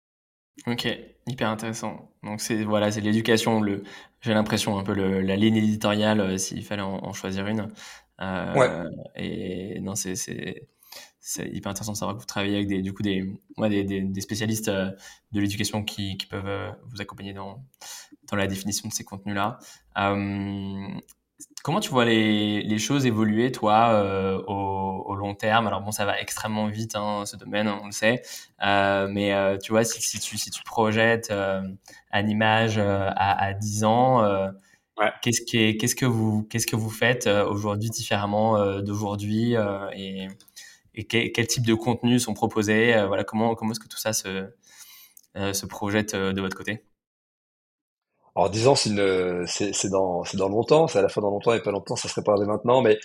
Ok, hyper intéressant. Donc c'est voilà, c'est l'éducation, le, j'ai l'impression un peu le, la ligne éditoriale euh, s'il fallait en, en choisir une. Ouais. Euh, et non, c'est c'est c'est hyper intéressant de savoir que vous travaillez avec des du coup des ouais, des, des, des spécialistes euh, de l'éducation qui qui peuvent euh, vous accompagner dans dans la définition de ces contenus-là. Euh, Comment tu vois les, les choses évoluer, toi, euh, au, au long terme? Alors bon, ça va extrêmement vite, hein, ce domaine, on le sait. Euh, mais euh, tu vois, si, si tu, si tu projettes euh, un image euh, à, à dix ans, euh, Ouais. qu'est-ce qui est, qu'est-ce que vous, qu'est-ce que vous faites euh, aujourd'hui différemment euh, d'aujourd'hui euh, et, et quel, quel type de contenus sont proposés? Euh, voilà, comment, comment est-ce que tout ça se, euh, se projette euh, de votre côté? Alors dix ans, c'est une- c'est c'est dans c'est dans longtemps, c'est à la fois dans longtemps et pas longtemps, ça serait pas dès maintenant, mais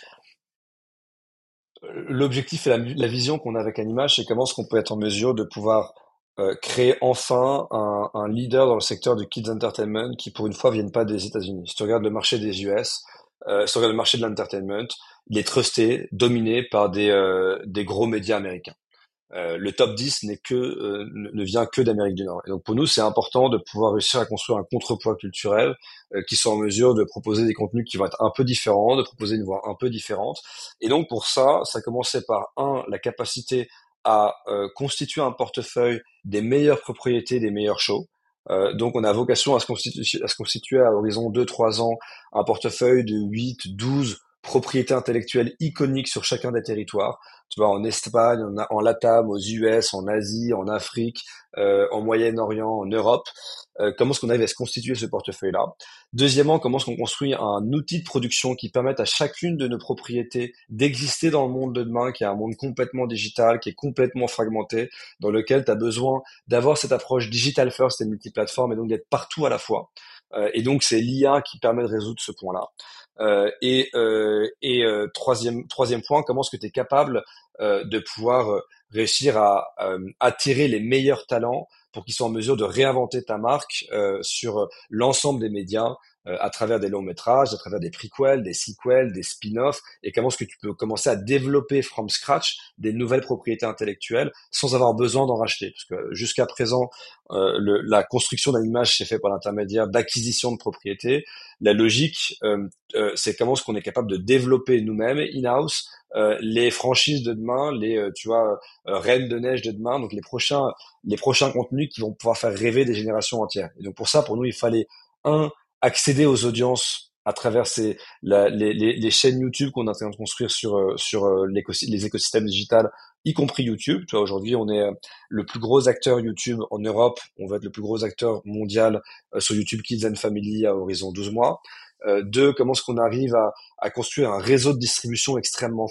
euh, l'objectif et la, la vision qu'on a avec Animage, c'est comment est-ce qu'on peut être en mesure de pouvoir euh, créer enfin un, un leader dans le secteur du kids entertainment qui pour une fois vienne pas des États-Unis. Si tu regardes le marché des U S, euh, si tu regardes le marché de l'entertainment, il est trusté, dominé par des euh, des gros médias américains. Euh, le top dix n'est que euh, ne ne vient que d'Amérique du Nord. Et donc pour nous, c'est important de pouvoir réussir à construire un contrepoids culturel euh, qui soit en mesure de proposer des contenus qui vont être un peu différents, de proposer une voix un peu différente. Et donc pour ça, ça commençait par un, la capacité à euh, constituer un portefeuille des meilleures propriétés, des meilleurs shows. Euh, donc on a vocation à se constituer, à se constituer à horizon deux trois ans un portefeuille de huit douze propriétés intellectuelles iconiques sur chacun des territoires, tu vois, en Espagne, en, en Latam, aux U S, en Asie, en Afrique, euh, en Moyen-Orient, en Europe. Euh, comment est-ce qu'on arrive à se constituer ce portefeuille-là? Deuxièmement, comment est-ce qu'on construit un outil de production qui permette à chacune de nos propriétés d'exister dans le monde de demain, qui est un monde complètement digital, qui est complètement fragmenté, dans lequel tu as besoin d'avoir cette approche digital first et multiplateforme, et donc d'être partout à la fois. Euh, et donc c'est l'I A qui permet de résoudre ce point-là. Euh, et euh, et euh, troisième troisième point, comment est-ce que tu es capable euh, de pouvoir euh, réussir à euh, attirer les meilleurs talents pour qu'ils soient en mesure de réinventer ta marque euh, sur l'ensemble des médias euh, à travers des longs métrages, à travers des prequels, des sequels, des spin-offs, et comment est-ce que tu peux commencer à développer from scratch des nouvelles propriétés intellectuelles sans avoir besoin d'en racheter, parce que jusqu'à présent euh, le, la construction d'une image s'est fait par l'intermédiaire d'acquisition de propriétés. La logique, euh, euh, c'est comment est-ce qu'on est capable de développer nous-mêmes in-house euh, les franchises de demain, les euh, tu vois euh, reines de neige de demain, donc les prochains les prochains contenus qui vont pouvoir faire rêver des générations entières. Et donc pour ça, pour nous, il fallait un accéder aux audiences à travers ces la, les, les, les chaînes YouTube qu'on est en train de construire sur euh, sur euh, l'écosy- les écosystèmes digitales, y compris YouTube. Tu vois, aujourd'hui, on est euh, le plus gros acteur YouTube en Europe. On va être le plus gros acteur mondial euh, sur YouTube Kids and Family à horizon douze mois. Euh, deux, comment est-ce qu'on arrive à, à construire un réseau de distribution extrêmement fort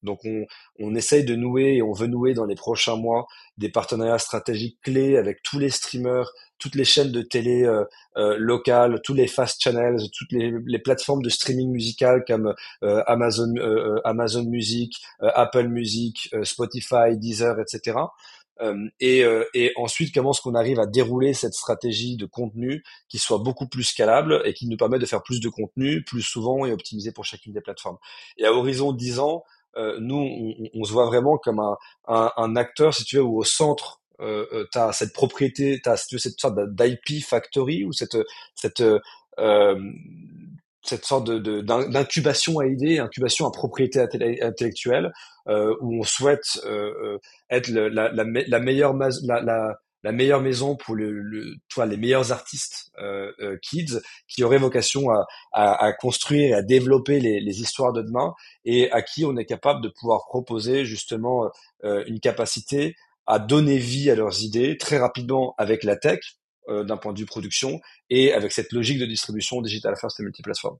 Donc on, on essaye de nouer et on veut nouer dans les prochains mois des partenariats stratégiques clés avec tous les streamers, toutes les chaînes de télé euh, euh, locales, tous les fast channels, toutes les, les plateformes de streaming musical comme euh, Amazon, euh, euh, Amazon Music, euh, Apple Music, euh, Spotify, Deezer, et cetera. Euh, et, euh, et ensuite, comment est-ce qu'on arrive à dérouler cette stratégie de contenu qui soit beaucoup plus scalable et qui nous permet de faire plus de contenu, plus souvent et optimisé pour chacune des plateformes. Et à horizon dix ans, euh, nous, on, on se voit vraiment comme un, un, un acteur, si tu veux, où au centre, euh, euh, tu as cette propriété, tu as si tu veux, cette sorte d'I P factory ou cette, cette, euh, cette sorte de, de, d'incubation à idées, incubation à propriété intellectuelle, euh, où on souhaite euh, euh, être le, la, la, la meilleure mas- la, la, la meilleure maison pour le, le toi les meilleurs artistes euh, euh, kids qui auraient vocation à, à, à construire et à développer les, les histoires de demain et à qui on est capable de pouvoir proposer justement euh, une capacité à donner vie à leurs idées très rapidement avec la tech euh, d'un point de vue production et avec cette logique de distribution digital first et multiplateforme.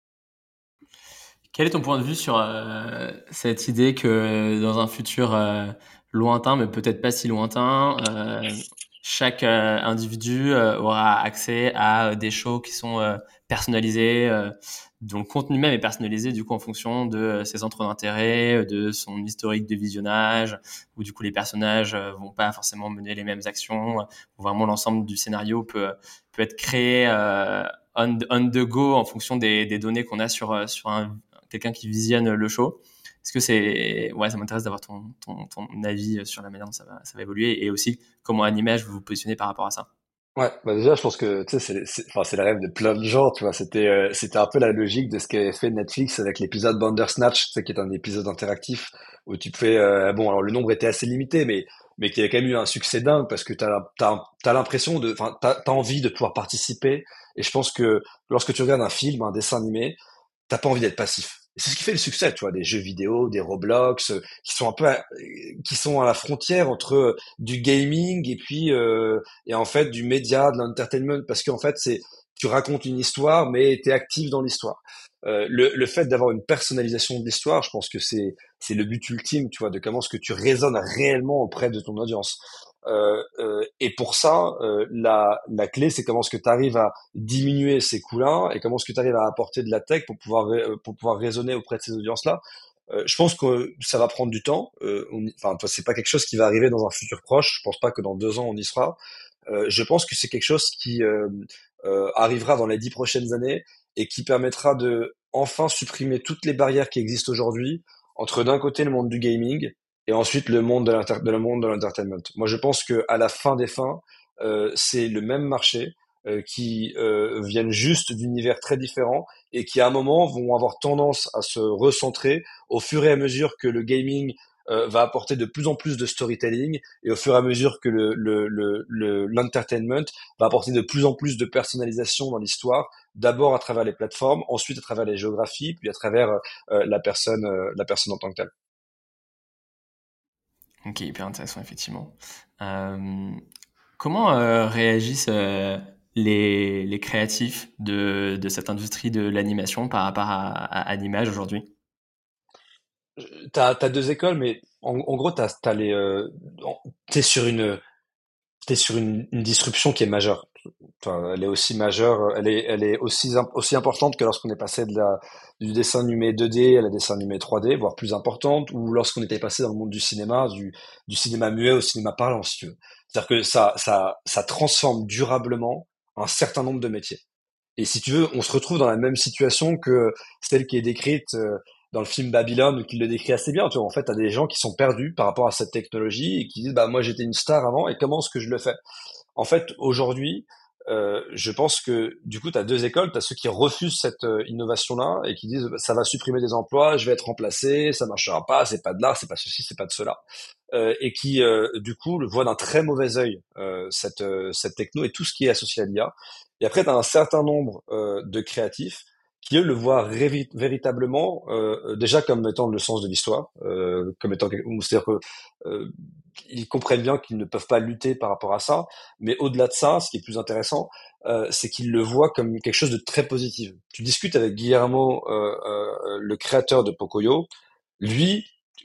Quel est ton point de vue sur euh, cette idée que dans un futur euh, lointain, mais peut-être pas si lointain, euh, chaque euh, individu euh, aura accès à des shows qui sont euh, personnalisés, euh, dont le contenu même est personnalisé du coup en fonction de euh, ses centres d'intérêt, de son historique de visionnage, où du coup les personnages euh, vont pas forcément mener les mêmes actions, où vraiment l'ensemble du scénario peut peut être créé euh, on, on the go en fonction des, des données qu'on a sur sur un quelqu'un qui visionne le show. Est-ce que c'est... Ouais, ça m'intéresse d'avoir ton, ton, ton avis sur la manière dont ça va, ça va évoluer et aussi comment Animage vous vous positionnez par rapport à ça. Ouais, bah déjà, je pense que tu sais, c'est, c'est, enfin, c'est la rêve de plein de gens, tu vois. C'était, euh, c'était un peu la logique de ce qu'avait fait Netflix avec l'épisode Bandersnatch, tu sais, qui est un épisode interactif où tu pouvais, euh, bon, alors le nombre était assez limité, mais mais qui avait quand même eu un succès dingue parce que t'as t'as t'as l'impression de, enfin, t'as t'as envie de pouvoir participer. Et je pense que lorsque tu regardes un film, un dessin animé, t'as pas envie d'être passif. Et c'est ce qui fait le succès, tu vois, des jeux vidéo, des Roblox, euh, qui sont un peu, à, qui sont à la frontière entre euh, du gaming et puis euh, et en fait du média, de l'entertainment, parce qu'en fait c'est, tu racontes une histoire, mais t'es actif dans l'histoire. Euh, le, le fait d'avoir une personnalisation de l'histoire, je pense que c'est c'est le but ultime, tu vois, de comment est-ce que tu résonnes réellement auprès de ton audience. Euh, euh, et pour ça, euh, la, la clé, c'est comment est-ce que tu arrives à diminuer ces coûts-là et comment est-ce que tu arrives à apporter de la tech pour pouvoir, ré- euh, pour pouvoir raisonner auprès de ces audiences-là. Euh, je pense que ça va prendre du temps. Euh, on y- enfin, toi, c'est pas quelque chose qui va arriver dans un futur proche. Je pense pas que dans deux ans on y sera. Euh, je pense que c'est quelque chose qui euh, euh, arrivera dans les dix prochaines années et qui permettra de enfin supprimer toutes les barrières qui existent aujourd'hui entre d'un côté le monde du gaming et ensuite le monde de l'inter- de le monde de l'entertainment. Moi, je pense que à la fin des fins, euh, c'est le même marché euh, qui euh, viennent juste d'univers très différents et qui à un moment vont avoir tendance à se recentrer au fur et à mesure que le gaming euh, va apporter de plus en plus de storytelling et au fur et à mesure que le, le, le, le- l'entertainment va apporter de plus en plus de personnalisation dans l'histoire, d'abord à travers les plateformes, ensuite à travers les géographies, puis à travers euh, la personne, euh, la personne en tant que telle. Ok, hyper intéressant, effectivement. Euh, comment euh, réagissent euh, les, les créatifs de, de cette industrie de l'animation par rapport à, à Animage aujourd'hui? T'as, t'as deux écoles, mais en, en gros, t'as, t'as les, euh, en- t'es sur une, t'es sur une, une disruption qui est majeure. Enfin, elle est aussi majeure, elle est, elle est aussi, im- aussi importante que lorsqu'on est passé de la, du dessin animé deux D à la dessin animé trois D, voire plus importante, ou lorsqu'on était passé dans le monde du cinéma, du, du cinéma muet au cinéma parlant, si tu veux. C'est-à-dire que ça, ça, ça transforme durablement un certain nombre de métiers. Et si tu veux, on se retrouve dans la même situation que celle qui est décrite euh, dans le film Babylone, qui le décrit assez bien. Tu vois, en fait, t'as des gens qui sont perdus par rapport à cette technologie et qui disent, bah moi j'étais une star avant et comment est-ce que je le fais? En fait, aujourd'hui, euh, je pense que du coup, tu as deux écoles. Tu as ceux qui refusent cette euh, innovation-là et qui disent bah, ça va supprimer des emplois, je vais être remplacé, ça marchera pas, c'est pas de l'art, c'est pas ceci, c'est pas de cela, euh, et qui euh, du coup le voient d'un très mauvais œil euh, cette euh, cette techno et tout ce qui est associé à l'I A. Et après, tu as un certain nombre euh, de créatifs qui eux le voient révi- véritablement euh, déjà comme étant le sens de l'histoire, euh, comme étant quelque- c'est-à-dire que euh, ils comprennent bien qu'ils ne peuvent pas lutter par rapport à ça, mais au-delà de ça, ce qui est plus intéressant, euh, c'est qu'ils le voient comme quelque chose de très positif. Tu discutes avec Guillermo, euh, euh, le créateur de Pocoyo, lui,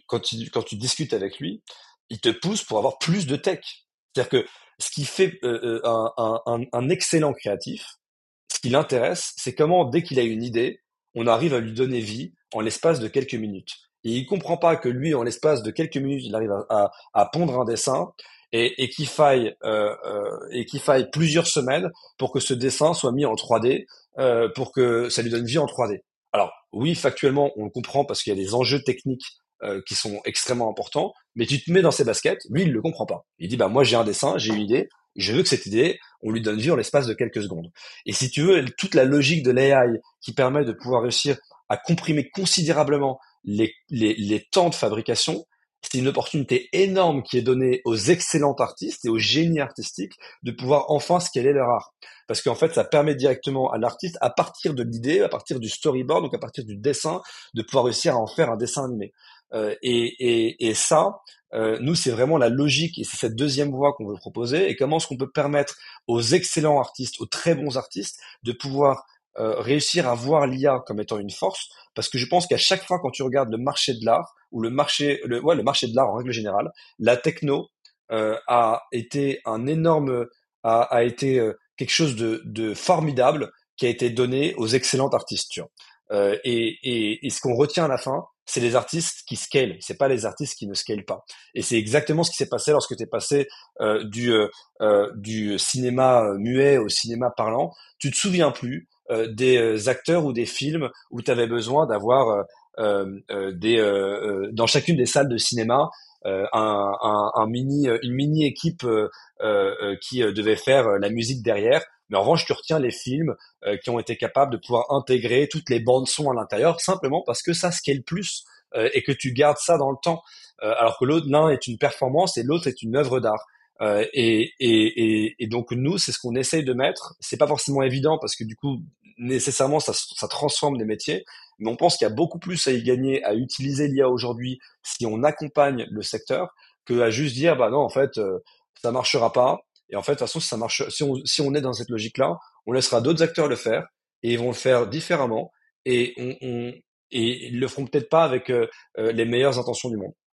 quand tu, quand tu discutes avec lui, il te pousse pour avoir plus de tech. C'est-à-dire que ce qui fait euh, euh, un, un, un, un excellent créatif, ce qui l'intéresse, c'est comment, dès qu'il a une idée, on arrive à lui donner vie en l'espace de quelques minutes. Et il comprend pas que lui, en l'espace de quelques minutes, il arrive à, à, à pondre un dessin et, et qu'il faille euh, euh, et qu'il faille plusieurs semaines pour que ce dessin soit mis en trois D, euh, pour que ça lui donne vie en trois D. Alors oui, factuellement, on le comprend parce qu'il y a des enjeux techniques euh, qui sont extrêmement importants, mais tu te mets dans ses baskets, lui, il le comprend pas. Il dit, bah moi j'ai un dessin, j'ai une idée, je veux que cette idée, on lui donne vie en l'espace de quelques secondes. Et si tu veux, toute la logique de l'A I qui permet de pouvoir réussir à comprimer considérablement les, les, les temps de fabrication, c'est une opportunité énorme qui est donnée aux excellents artistes et aux génies artistiques de pouvoir enfin scaler leur art. Parce qu'en fait, ça permet directement à l'artiste, à partir de l'idée, à partir du storyboard, donc à partir du dessin, de pouvoir réussir à en faire un dessin animé. Euh, et, et, et ça, euh, nous, c'est vraiment la logique et c'est cette deuxième voie qu'on veut proposer. Et comment est-ce qu'on peut permettre aux excellents artistes, aux très bons artistes, de pouvoir euh, réussir à voir l'I A comme étant une force, parce que je pense qu'à chaque fois quand tu regardes le marché de l'art ou le marché, le, ouais, le marché de l'art en règle générale, la techno euh, a été un énorme, a, a été euh, quelque chose de, de formidable qui a été donné aux excellents artistes. Tu vois. Euh, et, et, et ce qu'on retient à la fin, c'est les artistes qui scalent, c'est pas les artistes qui ne scalent pas. Et c'est exactement ce qui s'est passé lorsque tu es passé euh, du euh, euh, du cinéma muet au cinéma parlant. Tu te souviens plus euh, des acteurs ou des films où tu avais besoin d'avoir euh, euh, des euh, euh, dans chacune des salles de cinéma euh, un, un, un mini une mini équipe euh, euh, qui euh, devait faire la musique derrière. Mais en revanche, tu retiens les films euh, qui ont été capables de pouvoir intégrer toutes les bandes son à l'intérieur, simplement parce que ça scale plus euh, et que tu gardes ça dans le temps. Euh, alors que l'autre, l'un est une performance et l'autre est une œuvre d'art. Euh, et, et, et, et donc nous, c'est ce qu'on essaye de mettre. C'est pas forcément évident parce que du coup, nécessairement, ça, ça transforme des métiers. Mais on pense qu'il y a beaucoup plus à y gagner à utiliser l'I A aujourd'hui si on accompagne le secteur que à juste dire bah non en fait euh, ça marchera pas. Et en fait de toute façon si ça marche, si on si on est dans cette logique-là, on laissera d'autres acteurs le faire et ils vont le faire différemment et on, on et ils le feront peut-être pas avec euh, euh, les meilleures intentions du monde.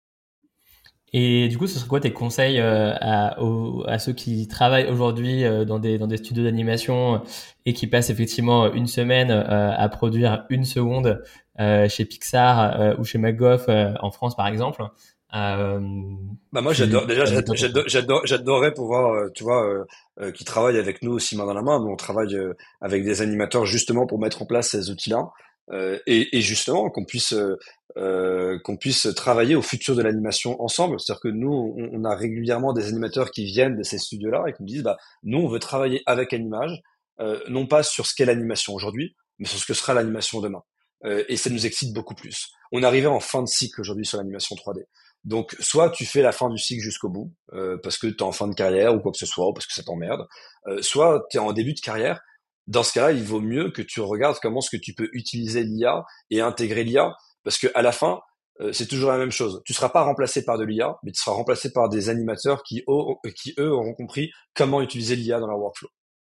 Et du coup, ce serait quoi tes conseils euh, à, aux- à ceux qui travaillent aujourd'hui euh, dans des, dans des studios d'animation euh, et qui passent effectivement une semaine euh, à produire une seconde euh, chez Pixar euh, ou chez McGough euh, en France, par exemple. Euh, Bah moi j'adore tu, déjà tu as j'ad- quoi comme j'adore conseil? j'adore- j'adorerais pouvoir euh, tu vois euh, euh, qui travaillent avec nous aussi main dans la main. Nous on travaille euh, avec des animateurs justement pour mettre en place ces outils-là euh, et, et justement qu'on puisse euh, euh, qu'on puisse travailler au futur de l'animation ensemble. C'est-à-dire que nous on, on a régulièrement des animateurs qui viennent de ces studios-là et qui nous disent bah nous on veut travailler avec Animage euh, non pas sur ce qu'est l'animation aujourd'hui mais sur ce que sera l'animation demain. Euh, et ça nous excite beaucoup plus. On est arrivé en fin de cycle aujourd'hui sur l'animation trois D. Donc, soit tu fais la fin du cycle jusqu'au bout, euh, parce que tu es en fin de carrière ou quoi que ce soit, ou parce que ça t'emmerde, euh, soit tu es en début de carrière. Dans ce cas-là, il vaut mieux que tu regardes comment est-ce que tu peux utiliser l'I A et intégrer l'I A, parce que à la fin, euh, c'est toujours la même chose. Tu seras pas remplacé par de l'I A, mais tu seras remplacé par des animateurs qui, au- qui eux, auront compris comment utiliser l'I A dans leur workflow.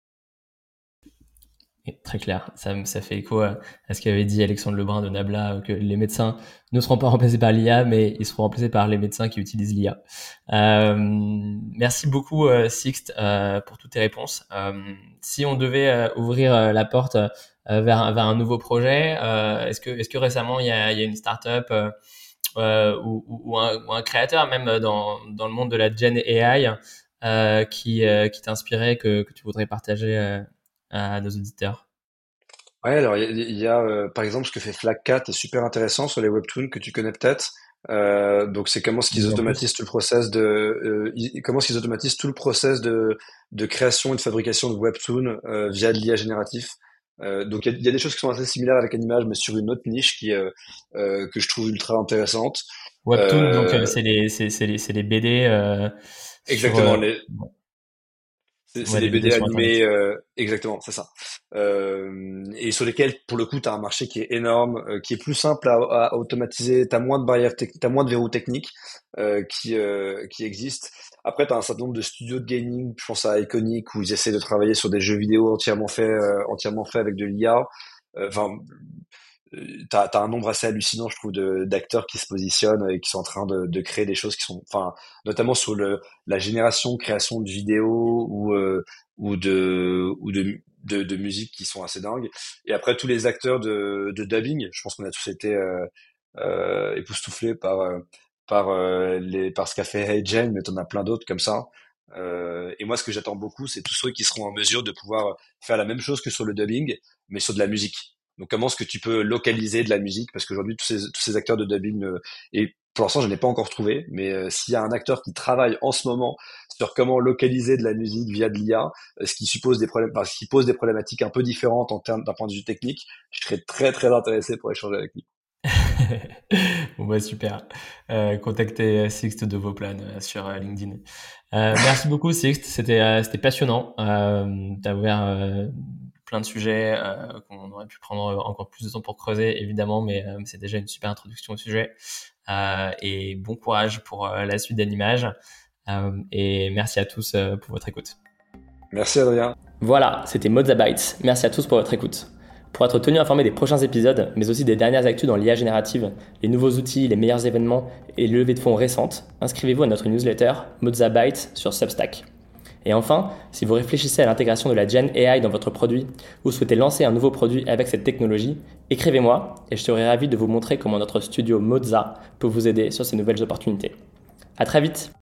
Et très clair. Ça, me- ça fait écho à, à ce qu'avait dit Alexandre Lebrun de Nabla, euh, que les médecins ne seront pas remplacés par l'I A, mais ils seront remplacés par les médecins qui utilisent l'I A. Euh, merci beaucoup, euh, Sixte, euh, pour toutes tes réponses. Euh, si on devait euh, ouvrir euh, la porte euh, vers, un- vers un nouveau projet, euh, est-ce que, est-ce que récemment il y a, il y a une startup euh, euh, ou, ou, ou un, ou un créateur, même dans, dans le monde de la Gen A I, euh, qui, euh, qui t'inspirait, que, que tu voudrais partager euh, à nos auditeurs? Ouais, alors il y a, il y a, euh, par exemple ce que fait Flagcat est super intéressant sur les webtoons que tu connais peut-être. Euh, donc c'est comment est-ce qu'ils Dis-en plus. automatisent tout le process de euh, ils- comment est-ce qu'ils automatisent tout le process de de création et de fabrication de webtoons euh, via de l'I A génératif. Euh, donc il y a, il y a des choses qui sont assez similaires avec Animage mais sur une autre niche qui euh, euh, que je trouve ultra intéressante. Webtoon, donc euh, Euh, c'est les, c'est, c'est les, c'est les B D euh, sur, exactement euh, les C'est c'est ouais, des les B D B D sur animés, Internet. euh, exactement, c'est ça. Euh, et sur lesquels, pour le coup, tu as un marché qui est énorme, euh, qui est plus simple à, à automatiser, tu as moins de barrières, tec- t'as moins de verrous techniques euh, qui, euh, qui existent. Après, tu as un certain nombre de studios de gaming, je pense à Iconic, où ils essaient de travailler sur des jeux vidéo entièrement faits euh, entièrement faits avec de l'I A. Euh, Enfin, t'as, t'as un nombre assez hallucinant, je trouve, de, d'acteurs qui se positionnent et qui sont en train de, de créer des choses qui sont, enfin, notamment sur le, la génération, création de vidéos ou, euh, ou de, ou de, de, de musique qui sont assez dingues. Et après, tous les acteurs de, de dubbing, je pense qu'on a tous été, euh, euh, époustouflés par, euh, par, euh, les, par ce qu'a fait Hey Jane, mais t'en as plein d'autres comme ça. Euh, et moi, ce que j'attends beaucoup, c'est tous ceux qui seront en mesure de pouvoir faire la même chose que sur le dubbing, mais sur de la musique. Donc, comment est-ce que tu peux localiser de la musique? Parce qu'aujourd'hui, tous ces, tous ces acteurs de dubbing, euh, et pour l'instant, je n'ai pas encore trouvé, mais euh, s'il y a un acteur qui travaille en ce moment sur comment localiser de la musique via de l'I A, euh, ce qui suppose des problèmes, enfin, ce qui pose des problématiques un peu différentes en termes d'un point de vue technique, je serais très très intéressé pour échanger avec lui. Bon bah super. Euh, contactez Sixte de Vauplan euh, sur euh, LinkedIn. Euh, merci beaucoup Sixte, c'était euh, c'était passionnant. Euh, t'as ouvert euh, plein de sujets euh, qu'on aurait pu prendre encore plus de temps pour creuser évidemment, mais euh, c'est déjà une super introduction au sujet. Euh, et bon courage pour euh, la suite d'Animage. Euh, et merci à tous euh, pour votre écoute. Merci Adrien. Voilà, c'était Mozzabytes. Merci à tous pour votre écoute. Pour être tenu informé des prochains épisodes, mais aussi des dernières actus dans l'I A générative, les nouveaux outils, les meilleurs événements et les levées de fonds récentes, inscrivez-vous à notre newsletter Mozzabytes sur Substack. Et enfin, si vous réfléchissez à l'intégration de la Gen A I dans votre produit ou souhaitez lancer un nouveau produit avec cette technologie, écrivez-moi et je serai ravi de vous montrer comment notre studio Mozza peut vous aider sur ces nouvelles opportunités. À très vite!